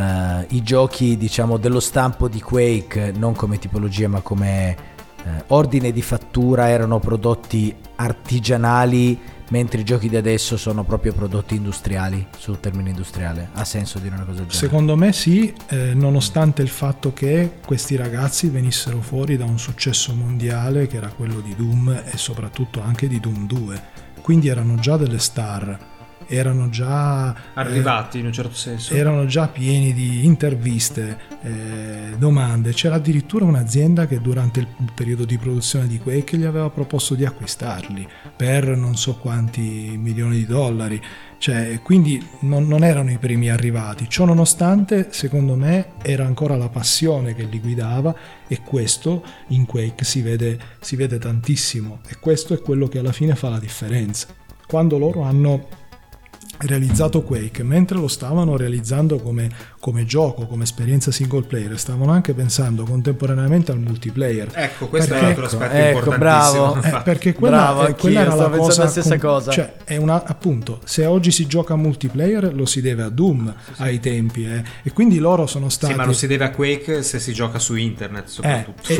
i giochi, diciamo, dello stampo di Quake, non come tipologia ma come ordine di fattura, erano prodotti artigianali, mentre i giochi di adesso sono proprio prodotti industriali, sul termine industriale. Ha senso dire una cosa del genere? Secondo me sì, nonostante il fatto che questi ragazzi venissero fuori da un successo mondiale che era quello di Doom e soprattutto anche di Doom 2, quindi erano già delle star, erano già arrivati in un certo senso, erano già pieni di interviste, domande. C'era addirittura un'azienda che durante il periodo di produzione di Quake gli aveva proposto di acquistarli per non so quanti milioni di dollari. Cioè, quindi non erano i primi arrivati. Ciò nonostante, secondo me era ancora la passione che li guidava, e questo in Quake si vede tantissimo, e questo è quello che alla fine fa la differenza. Quando loro hanno realizzato Quake, mentre lo stavano realizzando come gioco, come esperienza single player, stavano anche pensando contemporaneamente al multiplayer. Ecco, questo è un altro aspetto importantissimo. Bravo. Perché quella era la cosa, la stessa cosa. Cioè, è appunto, se oggi si gioca a multiplayer lo si deve a Doom ai tempi, e quindi loro sono stati... Sì, ma lo si deve a Quake se si gioca su internet soprattutto.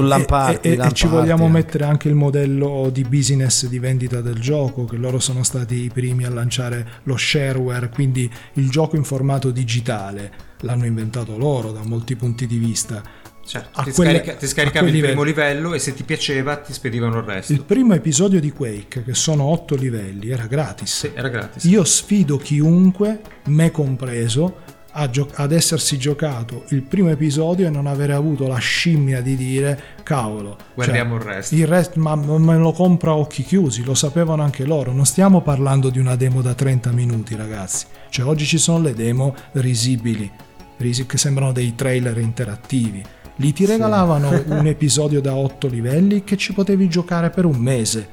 E ci vogliamo mettere anche il modello di business di vendita del gioco, che loro sono stati i primi a lanciare lo shareware, quindi il gioco in formato digitale l'hanno inventato loro da molti punti di vista. Certo, ti scaricavi il primo livello e se ti piaceva ti spedivano il resto. Il primo episodio di Quake, che sono 8 livelli, era gratis. Sì, era gratis. Io sfido chiunque, me compreso, ad essersi giocato il primo episodio e non avere avuto la scimmia di dire cavolo, guardiamo il resto ma me lo compro a occhi chiusi. Lo sapevano anche loro. Non stiamo parlando di una demo da 30 minuti, ragazzi. Cioè, oggi ci sono le demo risibili che sembrano dei trailer interattivi. Lì ti regalavano un episodio da 8 livelli che ci potevi giocare per un mese.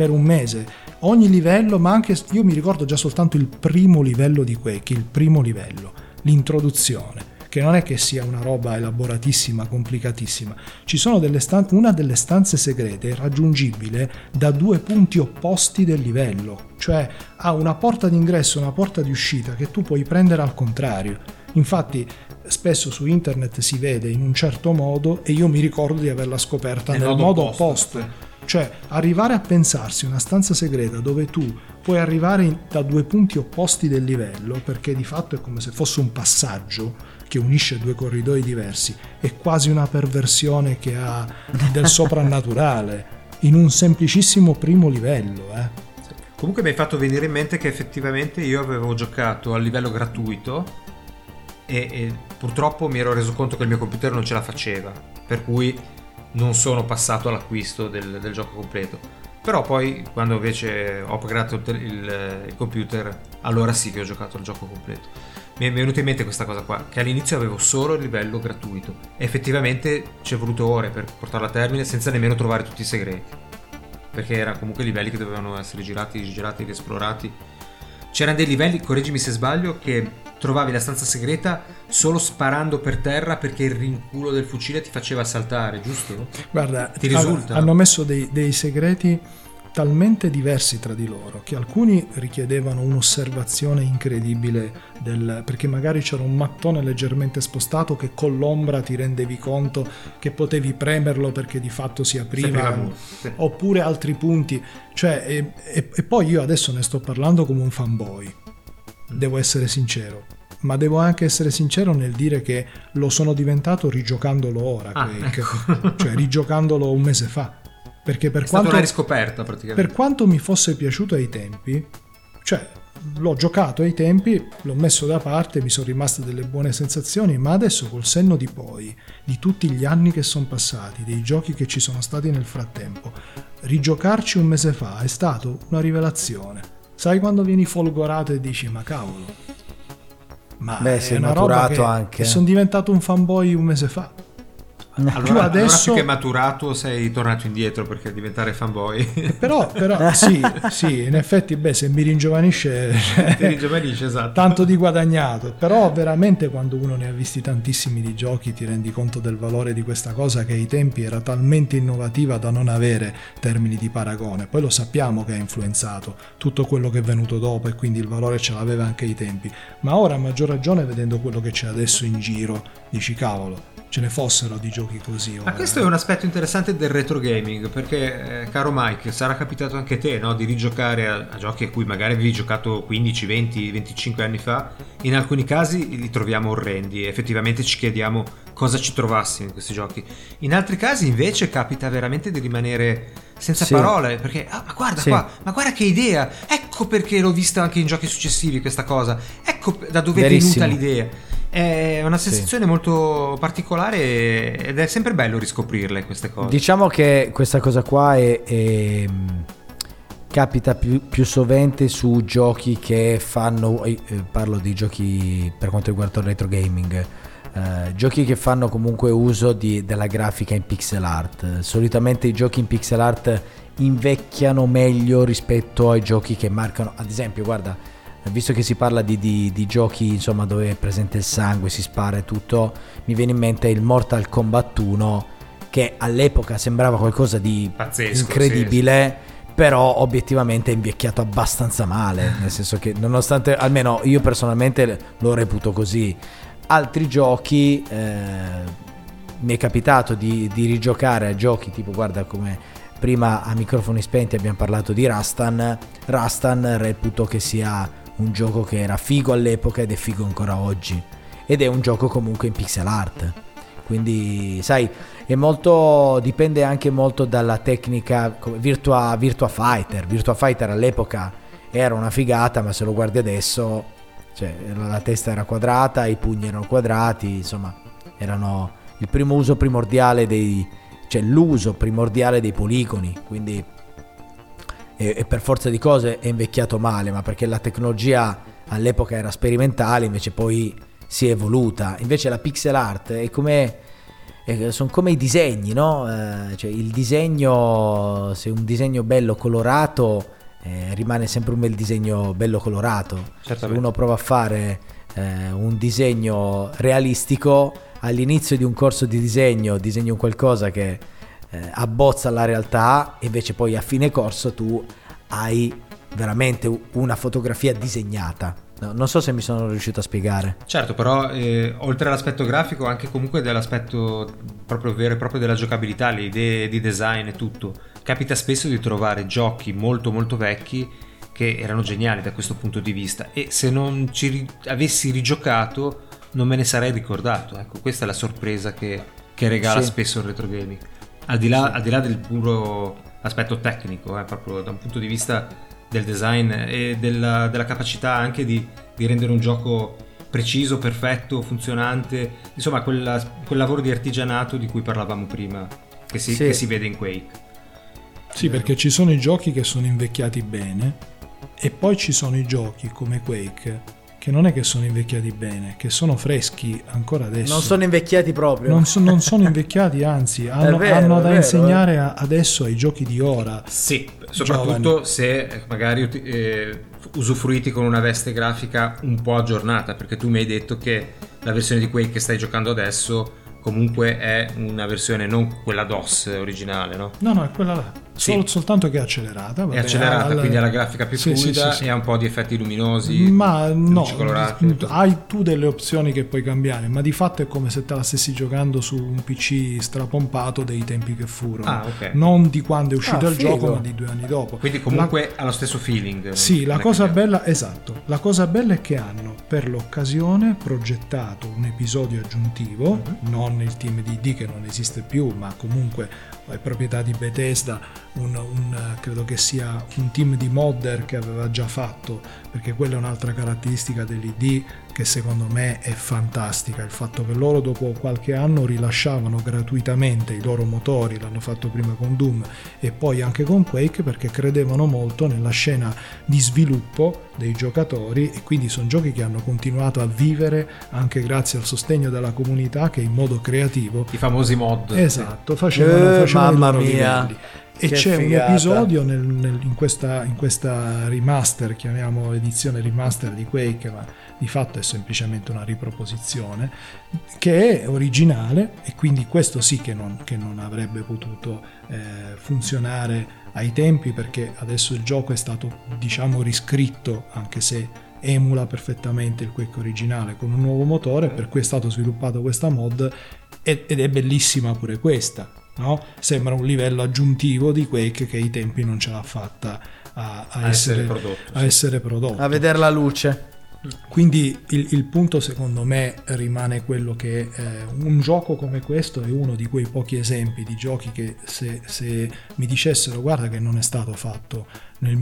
Ogni livello, ma anche, io mi ricordo già soltanto il primo livello di Quake, il primo livello, l'introduzione, che non è che sia una roba elaboratissima, complicatissima. Ci sono una delle stanze segrete è raggiungibile da 2 punti opposti del livello, cioè ha una porta d'ingresso e una porta di uscita che tu puoi prendere al contrario. Infatti spesso su internet si vede in un certo modo e io mi ricordo di averla scoperta nel modo opposto. Cioè, arrivare a pensarsi una stanza segreta dove tu puoi arrivare da 2 punti opposti del livello, perché di fatto è come se fosse un passaggio che unisce 2 corridoi diversi, è quasi una perversione che ha del soprannaturale in un semplicissimo primo livello. Comunque mi hai fatto venire in mente che effettivamente io avevo giocato a livello gratuito e purtroppo mi ero reso conto che il mio computer non ce la faceva, per cui non sono passato all'acquisto del gioco completo. Però poi quando invece ho pagato il computer, allora sì che ho giocato al gioco completo. Mi è venuta in mente questa cosa qua, che all'inizio avevo solo il livello gratuito e effettivamente ci è voluto ore per portarlo a termine senza nemmeno trovare tutti i segreti, perché erano comunque livelli che dovevano essere girati ed esplorati. C'erano dei livelli, correggimi se sbaglio, che trovavi la stanza segreta solo sparando per terra perché il rinculo del fucile ti faceva saltare, giusto? Guarda, ti risulta? Hanno messo dei segreti talmente diversi tra di loro che alcuni richiedevano un'osservazione incredibile perché magari c'era un mattone leggermente spostato che con l'ombra ti rendevi conto che potevi premerlo perché di fatto si apriva, sì. Oppure altri punti, cioè, e poi io adesso ne sto parlando come un fanboy, devo essere sincero, ma devo anche essere sincero nel dire che lo sono diventato rigiocandolo ora, ecco. cioè rigiocandolo un mese fa. Perché è stata una riscoperta praticamente. Per quanto mi fosse piaciuto ai tempi, cioè l'ho giocato ai tempi, l'ho messo da parte, mi sono rimaste delle buone sensazioni, ma adesso col senno di poi, di tutti gli anni che sono passati, dei giochi che ci sono stati nel frattempo, rigiocarci un mese fa è stato una rivelazione. Sai quando vieni folgorato e dici ma cavolo, ma sei è una roba maturato che anche. Sono diventato un fanboy un mese fa. Allora adesso più che maturato sei tornato indietro perché diventare fanboy. Però sì, in effetti se mi ringiovanisce, ti ringiovanisce, esatto. Tanto di guadagnato. Però veramente quando uno ne ha visti tantissimi di giochi ti rendi conto del valore di questa cosa che ai tempi era talmente innovativa da non avere termini di paragone. Poi lo sappiamo che ha influenzato tutto quello che è venuto dopo e quindi il valore ce l'aveva anche ai tempi, ma ora a maggior ragione vedendo quello che c'è adesso in giro dici cavolo, ce ne fossero di giochi così ora. Ma questo è un aspetto interessante del retro gaming, perché caro Mike, sarà capitato anche a te, no? Di rigiocare a giochi a cui magari avevi giocato 15, 20, 25 anni fa. In alcuni casi li troviamo orrendi e effettivamente ci chiediamo cosa ci trovassi in questi giochi. In altri casi invece capita veramente di rimanere senza parole, perché ma guarda qua, ma guarda che idea, ecco perché l'ho vista anche in giochi successivi questa cosa, ecco da dove è venuta l'idea. È una sensazione molto particolare ed è sempre bello riscoprirle queste cose. Diciamo che questa cosa qua capita più sovente su giochi che fanno, parlo di giochi per quanto riguarda il retro gaming, giochi che fanno comunque uso della grafica in pixel art. Solitamente i giochi in pixel art invecchiano meglio rispetto ai giochi che marcano, ad esempio guarda, visto che si parla di giochi insomma dove è presente il sangue, si spara e tutto, mi viene in mente il Mortal Kombat 1 che all'epoca sembrava qualcosa di pazzesco, incredibile, sì. Però obiettivamente è invecchiato abbastanza male, nel senso che nonostante, almeno io personalmente lo reputo così. Altri giochi mi è capitato di rigiocare a giochi tipo, guarda, come prima a microfoni spenti abbiamo parlato di Rastan reputo che sia un gioco che era figo all'epoca ed è figo ancora oggi, ed è un gioco comunque in pixel art, quindi sai, è molto, dipende anche molto dalla tecnica. Virtua Fighter all'epoca era una figata, ma se lo guardi adesso, cioè la testa era quadrata, i pugni erano quadrati, insomma erano il primo uso primordiale l'uso primordiale dei poligoni, quindi e per forza di cose è invecchiato male, ma perché la tecnologia all'epoca era sperimentale, invece poi si è evoluta. Invece la pixel art è sono come i disegni, no? Cioè il disegno, se un disegno bello colorato rimane sempre un bel disegno bello colorato. Certamente. Se uno prova a fare un disegno realistico, all'inizio di un corso di disegno un qualcosa che abbozza la realtà, e invece poi a fine corso tu hai veramente una fotografia disegnata. No, non so se mi sono riuscito a spiegare. Certo, però oltre all'aspetto grafico, anche comunque dell'aspetto proprio vero e proprio della giocabilità, le idee di design e tutto, capita spesso di trovare giochi molto molto vecchi che erano geniali da questo punto di vista, e se non ci avessi rigiocato non me ne sarei ricordato. Ecco, questa è la sorpresa che regala spesso il retro gaming. Al di là del puro aspetto tecnico, proprio da un punto di vista del design e della capacità anche di rendere un gioco preciso, perfetto, funzionante, insomma quel lavoro di artigianato di cui parlavamo prima, che si vede in Quake. Sì, perché ci sono i giochi che sono invecchiati bene e poi ci sono i giochi come Quake che non è che sono invecchiati bene, che sono freschi ancora adesso. Non sono invecchiati proprio. Non sono invecchiati, anzi, hanno da insegnare adesso ai giochi di ora. Sì, soprattutto giovani. Se magari usufruiti con una veste grafica un po' aggiornata, perché tu mi hai detto che la versione di Quake che stai giocando adesso comunque è una versione non quella DOS originale, no? No, è quella là. soltanto che è accelerata. È accelerata, quindi ha la grafica più fluida e ha un po' di effetti luminosi. Ma no, colorati. hai tu delle opzioni che puoi cambiare, ma di fatto è come se te la stessi giocando su un PC strapompato dei tempi che furono. Non di quando è uscito il gioco, ma di 2 anni dopo. Quindi comunque ha lo stesso feeling. Sì, la cosa bella, esatto, la cosa bella è che hanno per l'occasione progettato un episodio aggiuntivo, non il team di ID che non esiste più, ma comunque è proprietà di Bethesda, credo che sia un team di modder che aveva già fatto, perché quella è un'altra caratteristica dell'ID che secondo me è fantastica, il fatto che loro dopo qualche anno rilasciavano gratuitamente i loro motori, l'hanno fatto prima con Doom e poi anche con Quake, perché credevano molto nella scena di sviluppo dei giocatori, e quindi sono giochi che hanno continuato a vivere anche grazie al sostegno della comunità che in modo creativo, i famosi mod, esatto, facevano mamma i loro mia livelli. E che c'è figata. un episodio in questa remaster, chiamiamo edizione remaster di Quake, ma di fatto è semplicemente una riproposizione, che è originale, e quindi questo sì che non avrebbe potuto funzionare ai tempi, perché adesso il gioco è stato, diciamo, riscritto, anche se emula perfettamente il Quake originale con un nuovo motore, per cui è stato sviluppato questa mod ed è bellissima pure questa, no? Sembra un livello aggiuntivo di Quake che ai tempi non ce l'ha fatta a essere prodotto, a vedere la luce. Quindi il punto secondo me rimane quello che un gioco come questo è uno di quei pochi esempi di giochi che se mi dicessero guarda che non è stato fatto nel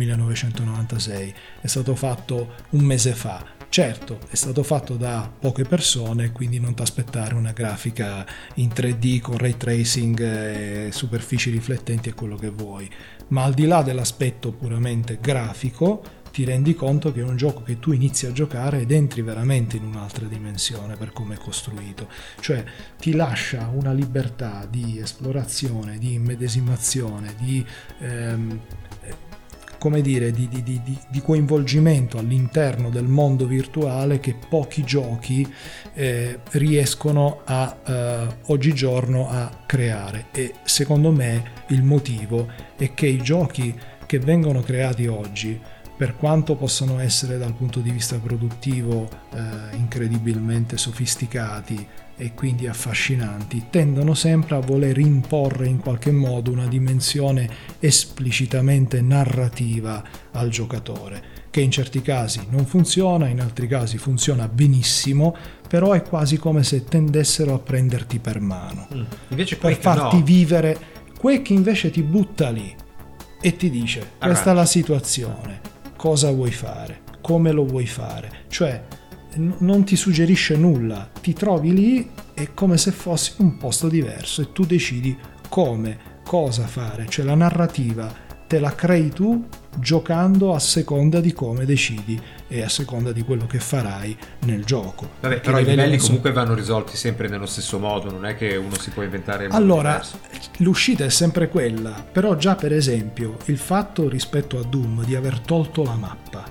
1996, è stato fatto un mese fa, certo è stato fatto da poche persone, quindi non ti aspettare una grafica in 3D con ray tracing, superfici riflettenti e quello che vuoi, ma al di là dell'aspetto puramente grafico ti rendi conto che è un gioco che tu inizi a giocare ed entri veramente in un'altra dimensione per come è costruito, cioè ti lascia una libertà di esplorazione, di immedesimazione, di coinvolgimento all'interno del mondo virtuale che pochi giochi riescono oggigiorno a creare. E secondo me il motivo è che i giochi che vengono creati oggi, per quanto possano essere dal punto di vista produttivo incredibilmente sofisticati e quindi affascinanti, tendono sempre a voler imporre in qualche modo una dimensione esplicitamente narrativa al giocatore, che in certi casi non funziona, in altri casi funziona benissimo, però è quasi come se tendessero a prenderti per mano, invece per farti vivere. Quake invece ti butta lì e ti dice questa è la situazione, cosa vuoi fare, come lo vuoi fare, cioè non ti suggerisce nulla, ti trovi lì, è come se fossi un posto diverso e tu decidi come, cosa fare, cioè la narrativa te la crei tu giocando a seconda di come decidi e a seconda di quello che farai nel gioco. Vabbè, però i livelli comunque vanno risolti sempre nello stesso modo, non è che uno si può inventare allora l'uscita è sempre quella, però già per esempio il fatto rispetto a Doom di aver tolto la mappa,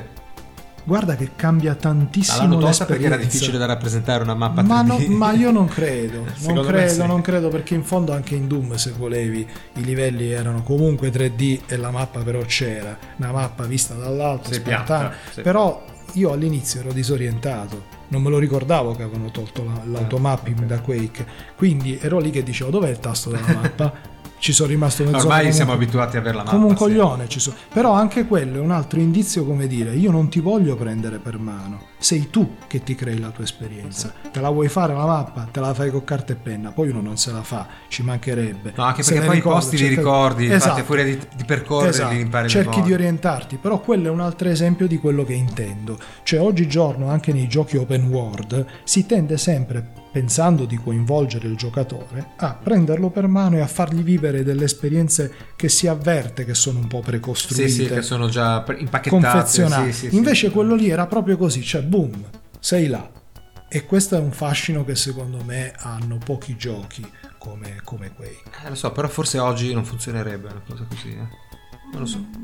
guarda che cambia tantissimo l'esperienza, perché era difficile da rappresentare una mappa 3D. Ma io non credo non credo, perché in fondo anche in Doom, se volevi, i livelli erano comunque 3D e la mappa però c'era, una mappa vista dall'alto, spartana, però io all'inizio ero disorientato, non me lo ricordavo che avevano tolto l'automapping da Quake, quindi ero lì che dicevo dov'è il tasto della mappa? Ci sono rimasto mezz'ora. Ormai siamo abituati a averla mappa. Come un coglione. Però anche quello è un altro indizio, come dire, io non ti voglio prendere per mano. Sei tu che ti crei la tua esperienza. Te la vuoi fare la mappa? Te la fai con carta e penna. Poi uno non se la fa, ci mancherebbe. No, anche perché poi i posti li ricordi, infatti fuori di percorrerli, li impari. Cerchi di orientarti, però quello è un altro esempio di quello che intendo. Cioè oggigiorno anche nei giochi open world si tende sempre, pensando di coinvolgere il giocatore, a prenderlo per mano e a fargli vivere delle esperienze che si avverte che sono un po' precostruite, che sono già impacchettate, confezionate. Invece quello lì era proprio così, cioè boom, sei là. E questo è un fascino che secondo me hanno pochi giochi come Quake. Lo so, però forse oggi non funzionerebbe una cosa così, Non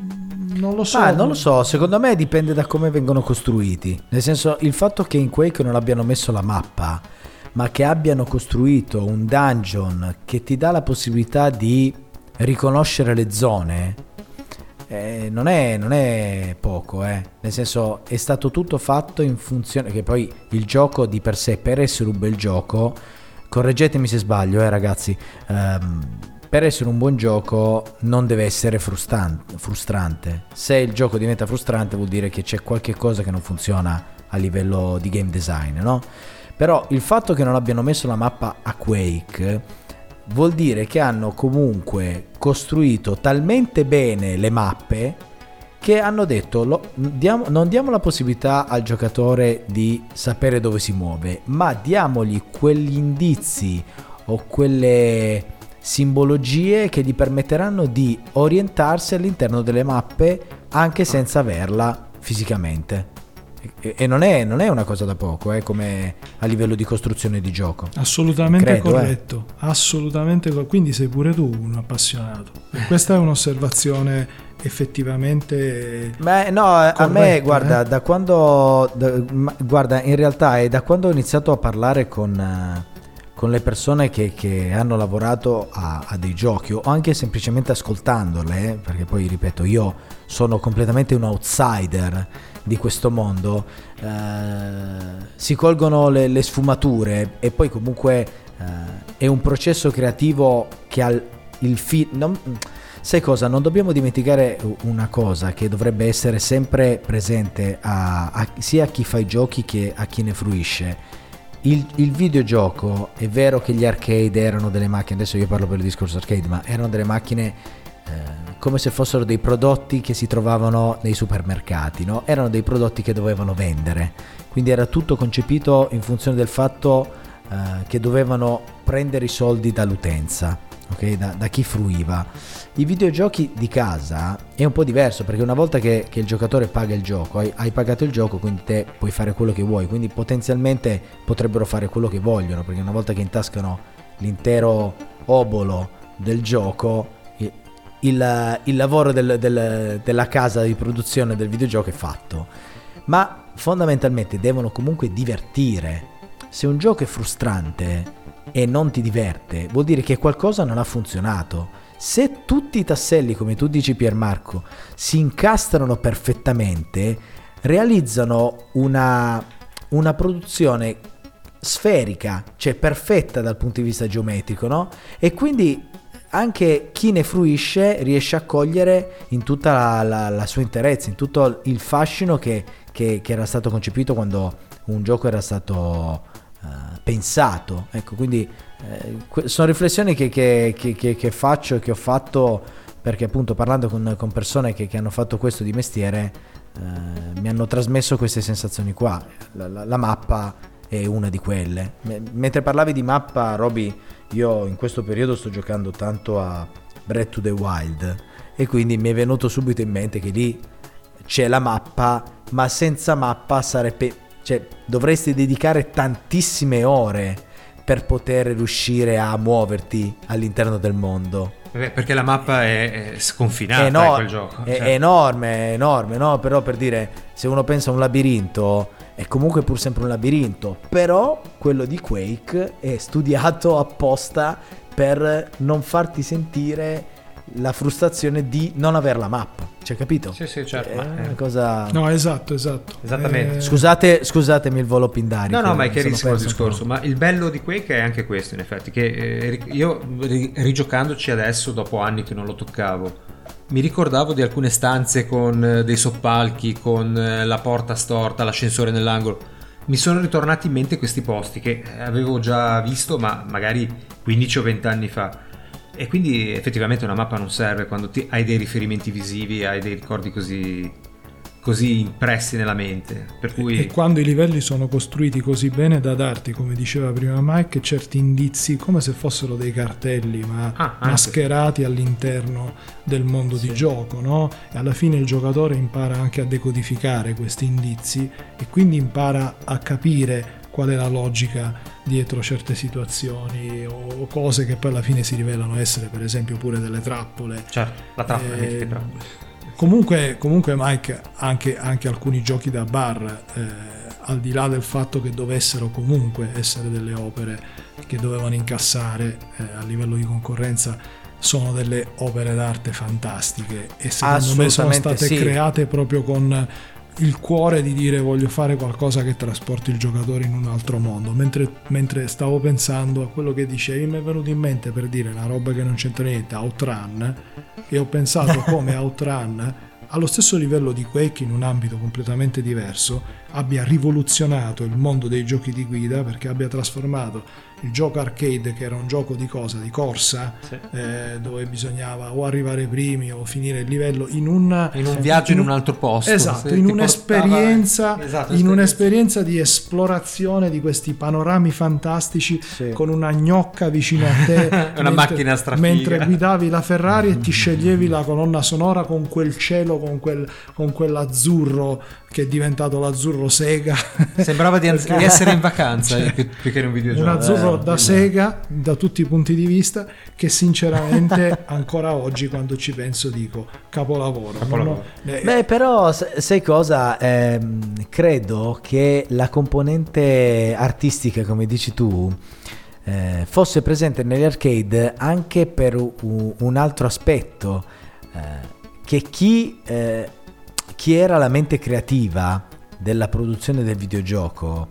lo so. Non lo so, secondo me dipende da come vengono costruiti. Nel senso, il fatto che in Quake non abbiano messo la mappa, ma che abbiano costruito un dungeon che ti dà la possibilità di riconoscere le zone non è poco, nel senso è stato tutto fatto in funzione che poi il gioco di per sé, per essere un bel gioco, correggetemi se sbaglio ragazzi, per essere un buon gioco non deve essere frustrante. Se il gioco diventa frustrante vuol dire che c'è qualche cosa che non funziona a livello di game design, no? Però il fatto che non abbiano messo la mappa a Quake vuol dire che hanno comunque costruito talmente bene le mappe che hanno detto non diamo la possibilità al giocatore di sapere dove si muove, ma diamogli quegli indizi o quelle simbologie che gli permetteranno di orientarsi all'interno delle mappe anche senza averla fisicamente. E non è una cosa da poco, come a livello di costruzione di gioco. Assolutamente corretto, assolutamente quindi sei pure tu un appassionato. E questa è un'osservazione effettivamente a me guarda, da quando guarda, in realtà è da quando ho iniziato a parlare con le persone che hanno lavorato a dei giochi o anche semplicemente ascoltandole, perché poi ripeto, io sono completamente un outsider di questo mondo, si colgono le sfumature e poi comunque è un processo creativo che ha sai cosa? Non dobbiamo dimenticare una cosa che dovrebbe essere sempre presente sia a chi fa i giochi che a chi ne fruisce. Il videogioco, è vero che gli arcade erano delle macchine, adesso io parlo per il discorso arcade, ma erano delle macchine come se fossero dei prodotti che si trovavano nei supermercati, no? Erano dei prodotti che dovevano vendere, quindi era tutto concepito in funzione del fatto che dovevano prendere i soldi dall'utenza, ok? Da chi fruiva. I videogiochi di casa è un po' diverso, perché una volta che il giocatore paga il gioco, hai pagato il gioco, quindi te puoi fare quello che vuoi, quindi potenzialmente potrebbero fare quello che vogliono, perché una volta che intascano l'intero obolo del gioco, il lavoro della casa di produzione del videogioco è fatto. Ma fondamentalmente devono comunque divertire. Se un gioco è frustrante e non ti diverte, vuol dire che qualcosa non ha funzionato. Se tutti i tasselli, come tu dici Piermarco, si incastrano perfettamente, realizzano una produzione sferica, cioè perfetta dal punto di vista geometrico, no? E quindi anche chi ne fruisce riesce a cogliere in tutta la sua interezza, in tutto il fascino che era stato concepito quando un gioco era stato pensato. Ecco, quindi sono riflessioni che faccio e che ho fatto perché appunto parlando con persone che hanno fatto questo di mestiere mi hanno trasmesso queste sensazioni qua. La mappa è una di quelle. Mentre parlavi di mappa, Roby, io in questo periodo sto giocando tanto a Breath of the Wild e quindi mi è venuto subito in mente che lì c'è la mappa, ma senza mappa dovresti dedicare tantissime ore per poter riuscire a muoverti all'interno del mondo. Perché la mappa è sconfinata, quel gioco. È enorme, no? Però per dire, se uno pensa a un labirinto, è comunque pur sempre un labirinto, però quello di Quake è studiato apposta per non farti sentire la frustrazione di non avere la mappa, cioè, capito? Sì, certo. È una cosa... No, esatto. Esattamente. Scusatemi il volo pindarico. No, ma è chiarissimo il discorso. Ma il bello di Quake è anche questo, in effetti, che io rigiocandoci adesso, dopo anni che non lo toccavo, mi ricordavo di alcune stanze con dei soppalchi, con la porta storta, l'ascensore nell'angolo. Mi sono ritornati in mente questi posti che avevo già visto, ma magari 15 o 20 anni fa. E quindi effettivamente una mappa non serve quando hai dei riferimenti visivi, hai dei ricordi così impressi nella mente. Per cui... E quando i livelli sono costruiti così bene da darti, come diceva prima Mike, certi indizi come se fossero dei cartelli, ma mascherati all'interno del mondo di gioco, no? E alla fine il giocatore impara anche a decodificare questi indizi e quindi impara a capire qual è la logica dietro certe situazioni o cose che poi alla fine si rivelano essere per esempio pure delle trappole. Certo, la trappola. Comunque Mike, anche alcuni giochi da bar, al di là del fatto che dovessero comunque essere delle opere che dovevano incassare a livello di concorrenza sono delle opere d'arte fantastiche e secondo me sono state create proprio con il cuore di dire voglio fare qualcosa che trasporti il giocatore in un altro mondo. Mentre stavo pensando a quello che dicevi, mi è venuto in mente, per dire una roba che non c'entra niente, Outrun, e ho pensato come Outrun, allo stesso livello di Quake, in un ambito completamente diverso, abbia rivoluzionato il mondo dei giochi di guida, perché abbia trasformato il gioco arcade, che era un gioco di corsa, sì, dove bisognava o arrivare primi o finire il livello, in un viaggio in un altro posto. Esatto, in un'esperienza, un'esperienza di esplorazione di questi panorami fantastici, sì, con una gnocca vicino a te, una macchina strafiga, mentre guidavi la Ferrari e ti sceglievi la colonna sonora con quel cielo, con quell'azzurro che è diventato l'azzurro Sega. Sembrava di essere in vacanza, più che in un videogioco. Un azzurro da Sega da tutti i punti di vista, che sinceramente ancora oggi quando ci penso dico capolavoro. Beh, però sai cosa? Credo che la componente artistica, come dici tu, fosse presente negli arcade anche per un altro aspetto, che chi era la mente creativa della produzione del videogioco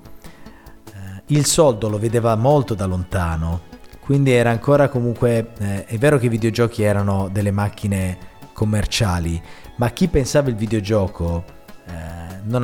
il soldo lo vedeva molto da lontano, quindi era ancora comunque è vero che i videogiochi erano delle macchine commerciali, ma chi pensava il videogioco non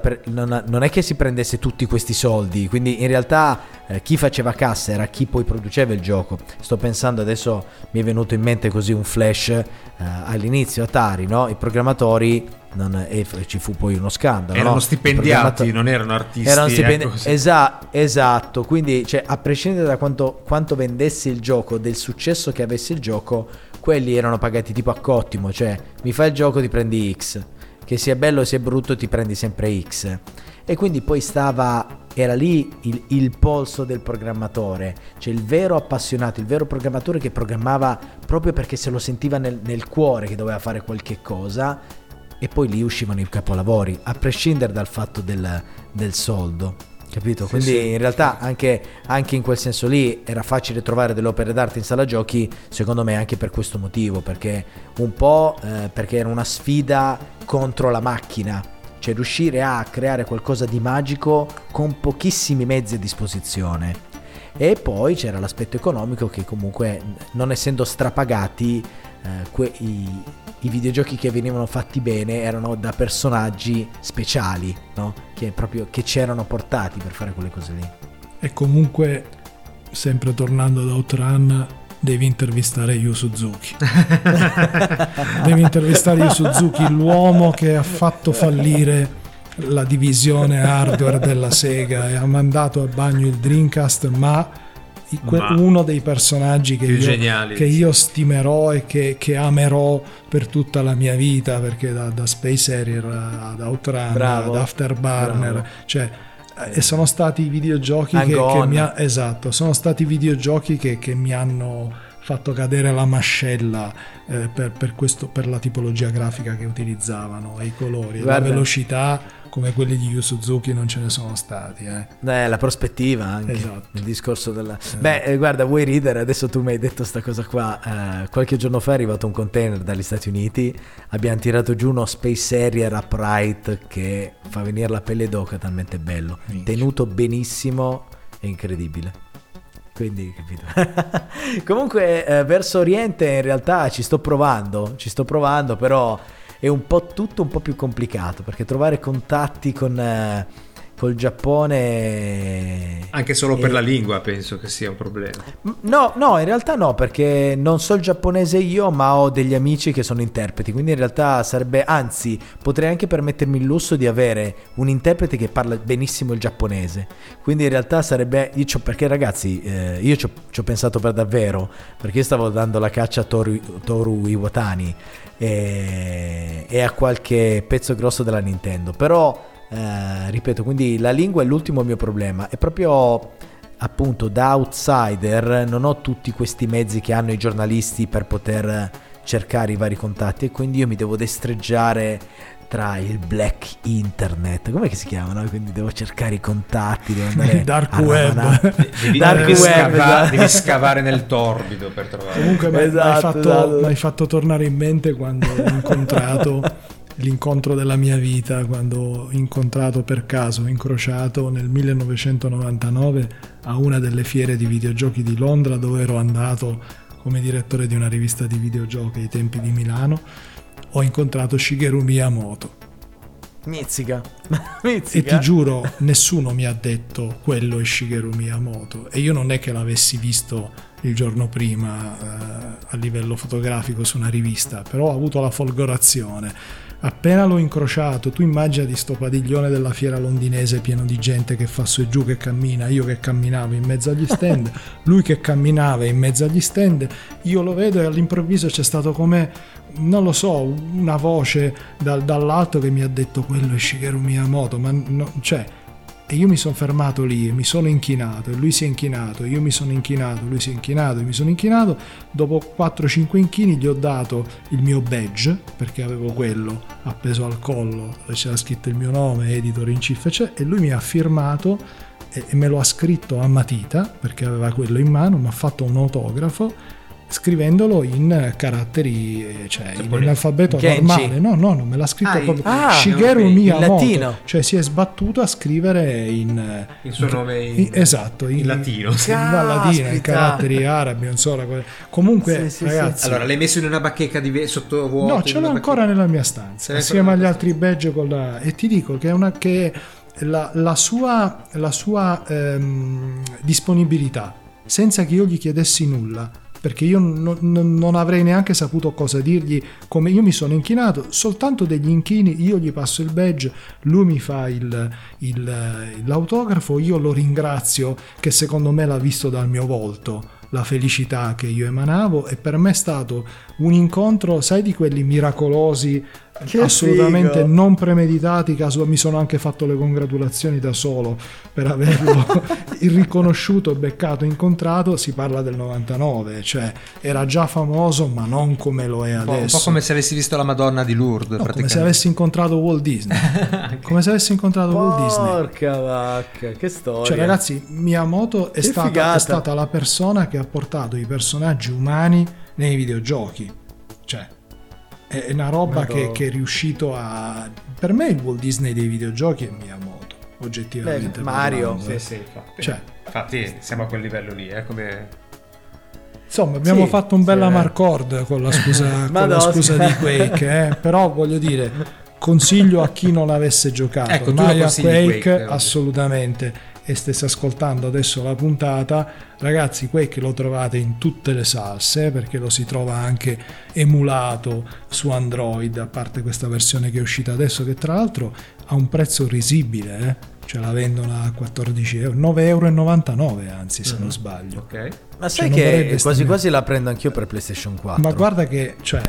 è che si prendesse tutti questi soldi, quindi in realtà chi faceva cassa era chi poi produceva il gioco. Sto pensando adesso, mi è venuto in mente così un flash, all'inizio Atari, no? I programmatori e ci fu poi uno scandalo, erano stipendiati, non erano artisti, esatto, quindi cioè, a prescindere da quanto vendesse il gioco, del successo che avesse il gioco, quelli erano pagati tipo a cottimo, cioè mi fai il gioco, ti prendi X, che sia bello sia brutto ti prendi sempre X. E quindi poi era lì il polso del programmatore, cioè il vero appassionato, il vero programmatore che programmava proprio perché se lo sentiva nel cuore che doveva fare qualche cosa, e poi lì uscivano i capolavori, a prescindere dal fatto del soldo, capito? Quindi sì, in realtà anche in quel senso lì era facile trovare delle opere d'arte in sala giochi, secondo me anche per questo motivo, perché un po' perché era una sfida contro la macchina, cioè riuscire a creare qualcosa di magico con pochissimi mezzi a disposizione. E poi c'era l'aspetto economico, che comunque, non essendo strapagati, i videogiochi che venivano fatti bene erano da personaggi speciali, no? Che c'erano portati per fare quelle cose lì. E comunque, sempre tornando ad Outrun, devi intervistare Yu Suzuki. Devi intervistare Yu Suzuki, l'uomo che ha fatto fallire la divisione hardware della Sega e ha mandato a bagno il Dreamcast, ma uno dei personaggi che io stimerò e che amerò per tutta la mia vita, perché da Space Harrier ad Outrun, ad Afterburner, cioè, e sono stati i videogiochi sono stati videogiochi che mi hanno fatto cadere la mascella per la tipologia grafica che utilizzavano, e i colori, la velocità, come quelli di Yu Suzuki non ce ne sono stati. La prospettiva anche, esatto. Il discorso della... Beh, guarda, vuoi ridere? Adesso tu mi hai detto sta cosa qua. Qualche giorno fa è arrivato un container dagli Stati Uniti, abbiamo tirato giù uno Space Harrier upright che fa venire la pelle d'oca, talmente bello. Minchia. Tenuto benissimo, è incredibile. Quindi, capito? Comunque verso Oriente in realtà ci sto provando, però è un po' tutto un po' più complicato, perché trovare contatti col Giappone, anche solo per la lingua, penso che sia un problema. No, in realtà no, perché non so il giapponese io, ma ho degli amici che sono interpreti, quindi in realtà anzi potrei anche permettermi il lusso di avere un interprete che parla benissimo il giapponese, quindi in realtà perché ragazzi, io ci ho pensato per davvero, perché io stavo dando la caccia a Toru Iwatani e a qualche pezzo grosso della Nintendo, però ripeto, quindi la lingua è l'ultimo mio problema, è proprio appunto da outsider, non ho tutti questi mezzi che hanno i giornalisti per poter cercare i vari contatti, e quindi io mi devo destreggiare tra il black internet, come si chiamano? Quindi devo cercare i contatti, devo andare Il dark web. Devi scavare nel torbido per trovare. Comunque mi Esatto. hai fatto tornare in mente quando ho incontrato l'incontro della mia vita, quando ho incontrato per caso, incrociato nel 1999 a una delle fiere di videogiochi di Londra, dove ero andato come direttore di una rivista di videogiochi ai tempi di Milano. Ho incontrato Shigeru Miyamoto. Mizzica. E ti giuro, nessuno mi ha detto quello è Shigeru Miyamoto, e io non è che l'avessi visto il giorno prima a livello fotografico su una rivista, però ho avuto la folgorazione. Appena l'ho incrociato, tu immagini sto padiglione della fiera londinese pieno di gente che fa su e giù, che cammina, io che camminavo in mezzo agli stand, lui che camminava in mezzo agli stand, io lo vedo e all'improvviso c'è stato come, non lo so, una voce dall'alto che mi ha detto quello è Shigeru Miyamoto, ma no, cioè, e io mi sono fermato lì, mi sono inchinato e lui si è inchinato, io mi sono inchinato, lui si è inchinato e mi sono inchinato. Dopo 4-5 inchini gli ho dato il mio badge, perché avevo quello appeso al collo dove c'era scritto il mio nome, editor in chief, e lui mi ha firmato e me lo ha scritto a matita, perché aveva quello in mano, mi ha fatto un autografo scrivendolo in caratteri, cioè in alfabeto normale. No, non me l'ha scritto proprio Shigeru Miyamoto, latino. cioè si è sbattuto a scrivere in il suo nome in latino, in latino, in caratteri arabi, non so. Comunque, sì, ragazzi, allora l'hai messo in una bacheca sotto vuoto? no, ce l'ho ancora nella mia stanza assieme agli altri badge e ti dico che è una che la sua disponibilità, senza che io gli chiedessi nulla, perché io non avrei neanche saputo cosa dirgli, come io mi sono inchinato, soltanto degli inchini, io gli passo il badge, lui mi fa l'autografo, io lo ringrazio, che secondo me l'ha visto dal mio volto la felicità che io emanavo, e per me è stato un incontro, sai, di quelli miracolosi, che assolutamente figo. non premeditati. Mi sono anche fatto le congratulazioni da solo per averlo riconosciuto, beccato, incontrato. Si parla del 99, cioè era già famoso ma non come lo è adesso. Un po' come se avessi visto la Madonna di Lourdes, no, come se avessi incontrato Walt Disney. Come se avessi incontrato Walt Disney. Porca vacca, che storia. Cioè, ragazzi, Miyamoto è stata la persona che ha portato i personaggi umani nei videogiochi. Cioè, è una roba che è riuscito a... Per me il Walt Disney dei videogiochi è Miyamoto, oggettivamente. Mario. Sì, infatti siamo a quel livello lì, come... Insomma, abbiamo fatto un bel amarcord con la scusa, di Quake, però voglio dire, consiglio a chi non l'avesse giocato, ecco, mai a Quake, assolutamente, e stesse ascoltando adesso la puntata, ragazzi, Quake lo trovate in tutte le salse, perché lo si trova anche emulato su Android, a parte questa versione che è uscita adesso, che tra l'altro ha un prezzo risibile, cioè la vendono a 14 euro, 9,99 euro, anzi, se non sbaglio. Ok. Ma sai che quasi la prendo anch'io per PlayStation 4. Ma guarda che, cioè,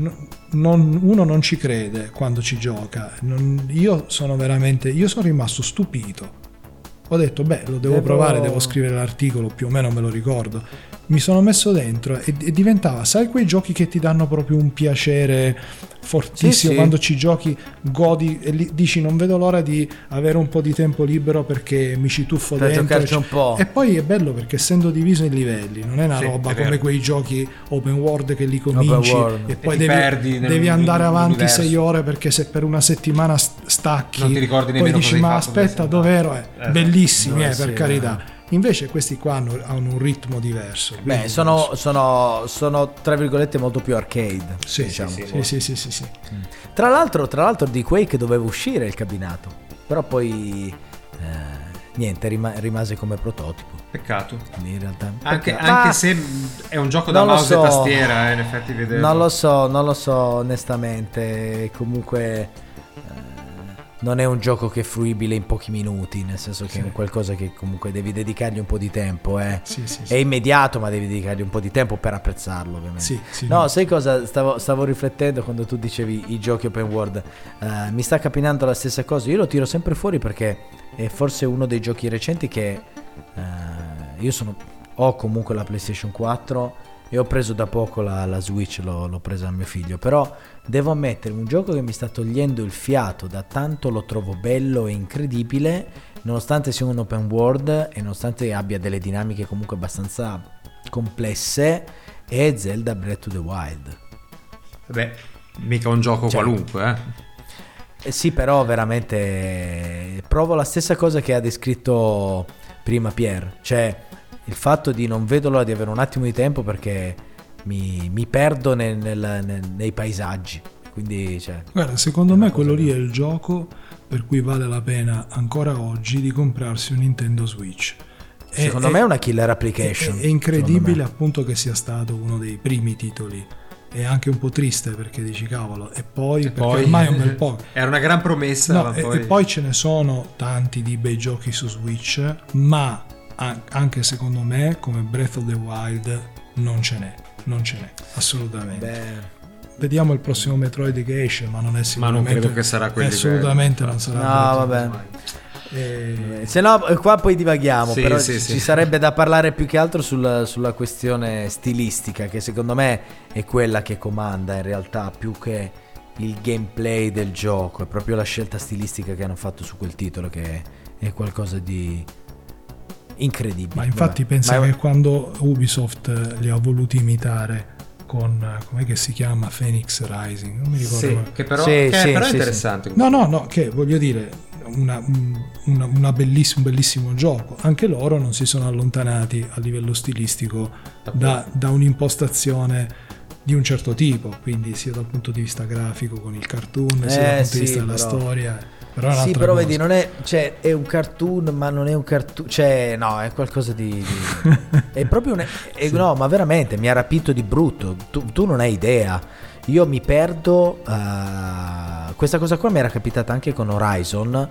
uno non ci crede quando ci gioca. Io sono rimasto stupito. Ho detto, lo devo provare, devo scrivere l'articolo, più o meno me lo ricordo. Mi sono messo dentro e diventava, sai, quei giochi che ti danno proprio un piacere fortissimo, quando ci giochi, godi e dici non vedo l'ora di avere un po' di tempo libero perché mi ci tuffo per dentro giocarci un po'. E poi è bello perché essendo diviso in livelli, non è una roba come quei giochi open world che li cominci e poi devi andare avanti 6 ore, perché se per una settimana stacchi non ti ricordi nemmeno poi dici cosa hai ma fatto, aspetta dov'ero, bellissimi per carità. carità. Invece questi qua hanno un ritmo diverso. Sono tra virgolette molto più arcade. Sì, diciamo. Sì. Tra l'altro di Quake doveva uscire il cabinato, però poi niente, rimase come prototipo. Peccato. Quindi in realtà anche se è un gioco da mouse e tastiera, in effetti vederlo. Non lo so onestamente. Comunque non è un gioco che è fruibile in pochi minuti, nel senso che è un qualcosa che comunque devi dedicargli un po' di tempo. È immediato, ma devi dedicargli un po' di tempo per apprezzarlo, ovviamente. No, sai cosa? Stavo riflettendo quando tu dicevi i giochi open world. Mi sta capitando la stessa cosa. Io lo tiro sempre fuori perché è forse uno dei giochi recenti che ho comunque la PlayStation 4 Io ho preso da poco la Switch, l'ho presa a mio figlio, però devo ammettere, un gioco che mi sta togliendo il fiato da tanto lo trovo bello e incredibile, nonostante sia un open world e nonostante abbia delle dinamiche comunque abbastanza complesse, è Zelda Breath of the Wild. Beh, mica un gioco qualunque, Sì, però veramente provo la stessa cosa che ha descritto prima Pier, cioè il fatto di non vedo l'ora di avere un attimo di tempo perché mi perdo nei paesaggi, quindi guarda, secondo me quello lì è il gioco per cui vale la pena ancora oggi di comprarsi un Nintendo Switch. Secondo me è una killer application. È incredibile appunto che sia stato uno dei primi titoli. È anche un po' triste perché dici cavolo, e poi ormai è un bel po'. Era una gran promessa. No, e poi ce ne sono tanti di bei giochi su Switch, ma anche secondo me come Breath of the Wild non ce n'è assolutamente. Vediamo il prossimo Metroid che esce, ma non è sicuramente, ma non credo che sarà quello assolutamente non sarà. No, vabbè. Se no qua poi divaghiamo, sì, però sì. ci sarebbe da parlare più che altro sulla questione stilistica, che secondo me è quella che comanda in realtà più che il gameplay del gioco. È proprio la scelta stilistica che hanno fatto su quel titolo che è qualcosa di incredibile. Ma infatti pensa che quando Ubisoft li ha voluti imitare con com'è che si chiama, Phoenix Rising, non mi ricordo, che però è interessante. No, che voglio dire, un bellissimo gioco. Anche loro non si sono allontanati a livello stilistico da un'impostazione di un certo tipo, quindi sia dal punto di vista grafico con il cartoon, sia dal punto di vista della storia. Però vedi, non è, è un cartoon, ma non è un cartoon, no, è qualcosa di è proprio no, ma veramente mi ha rapito di brutto. Tu non hai idea. Io mi perdo. Questa cosa qua mi era capitata anche con Horizon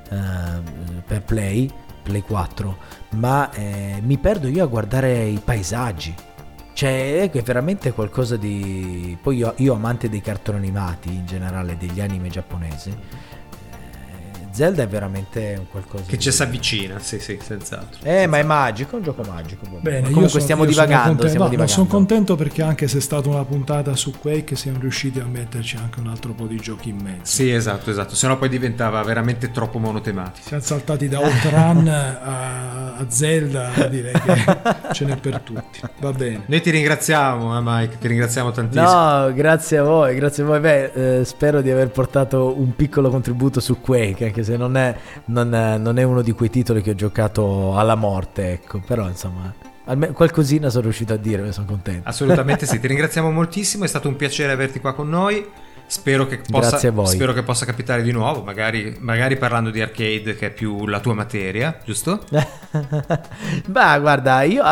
per Play 4, ma mi perdo io a guardare i paesaggi. Cioè è veramente qualcosa di. Poi io amante dei cartoni animati in generale, degli anime giapponesi. Zelda è veramente un qualcosa che ci si avvicina, sì, senz'altro. Ma è magico, è un gioco magico. Bene, comunque stiamo divagando. Sono contento perché anche se è stata una puntata su Quake siamo riusciti a metterci anche un altro po' di giochi in mezzo. Sì, esatto, sennò poi diventava veramente troppo monotematico. Siamo saltati da Outrun a Zelda, direi che ce n'è per tutti. Va bene. Noi ti ringraziamo, Mike, ti ringraziamo tantissimo. No, grazie a voi. Spero di aver portato un piccolo contributo su Quake, anche se non è uno di quei titoli che ho giocato alla morte, ecco, però insomma almeno qualcosina sono riuscito a dire, sono contento. Assolutamente sì, ti ringraziamo moltissimo, è stato un piacere averti qua con noi. Spero che possa capitare di nuovo, magari parlando di arcade, che è più la tua materia, giusto? Beh, guarda, io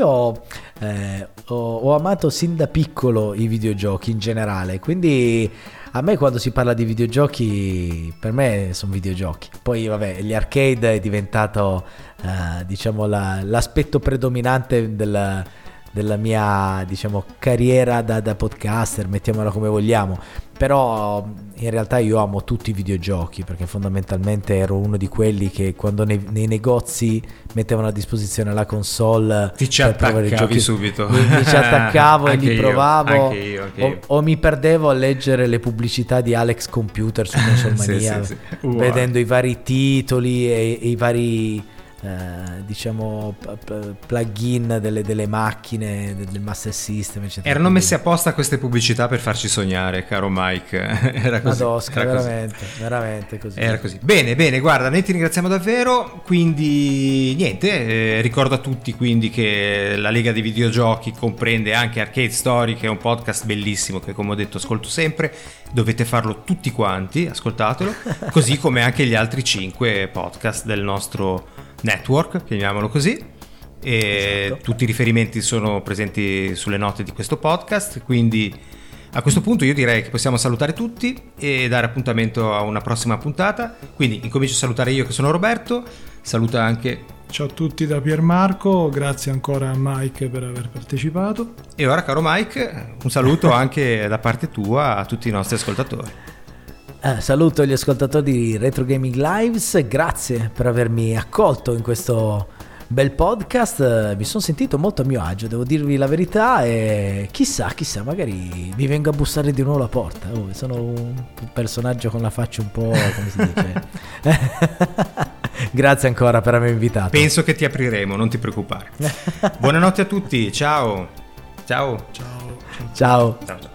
ho amato sin da piccolo i videogiochi in generale, quindi a me quando si parla di videogiochi, per me sono videogiochi. Poi vabbè, gli arcade è diventato diciamo l'aspetto predominante della mia, diciamo, carriera da podcaster, mettiamola come vogliamo. Però in realtà io amo tutti i videogiochi, perché fondamentalmente ero uno di quelli che quando nei negozi mettevano a disposizione la console ti ci attaccavi subito. Mi ci attaccavo e li provavo. Anche io. O mi perdevo a leggere le pubblicità di Alex Computer su Consolmania, sì. vedendo i vari titoli e i vari diciamo plugin delle macchine, del Master System, eccetera. Erano messe apposta queste pubblicità per farci sognare, caro Mike. Era così. Madosca, veramente così. Era così. Bene, guarda, noi ti ringraziamo davvero. Quindi niente, ricordo a tutti quindi che la Lega dei Videogiochi comprende anche Arcade Story, che è un podcast bellissimo che, come ho detto, ascolto sempre. Dovete farlo tutti quanti, ascoltatelo, così come anche gli altri 5 podcast del nostro network, chiamiamolo così. E esatto. Tutti i riferimenti sono presenti sulle note di questo podcast, quindi a questo punto io direi che possiamo salutare tutti e dare appuntamento a una prossima puntata. Quindi incomincio a salutare io, che sono Roberto. Saluta anche. Ciao a tutti da Piermarco, grazie ancora a Mike per aver partecipato. E ora, caro Mike, un saluto anche da parte tua a tutti i nostri ascoltatori. Saluto gli ascoltatori di Retro Gaming Lives, grazie per avermi accolto in questo bel podcast, mi sono sentito molto a mio agio, devo dirvi la verità, e chissà, magari vi vengo a bussare di nuovo alla porta. Sono un personaggio con la faccia un po', come si dice. Grazie ancora per avermi invitato. Penso che ti apriremo, non ti preoccupare. Buonanotte a tutti, ciao. Ciao.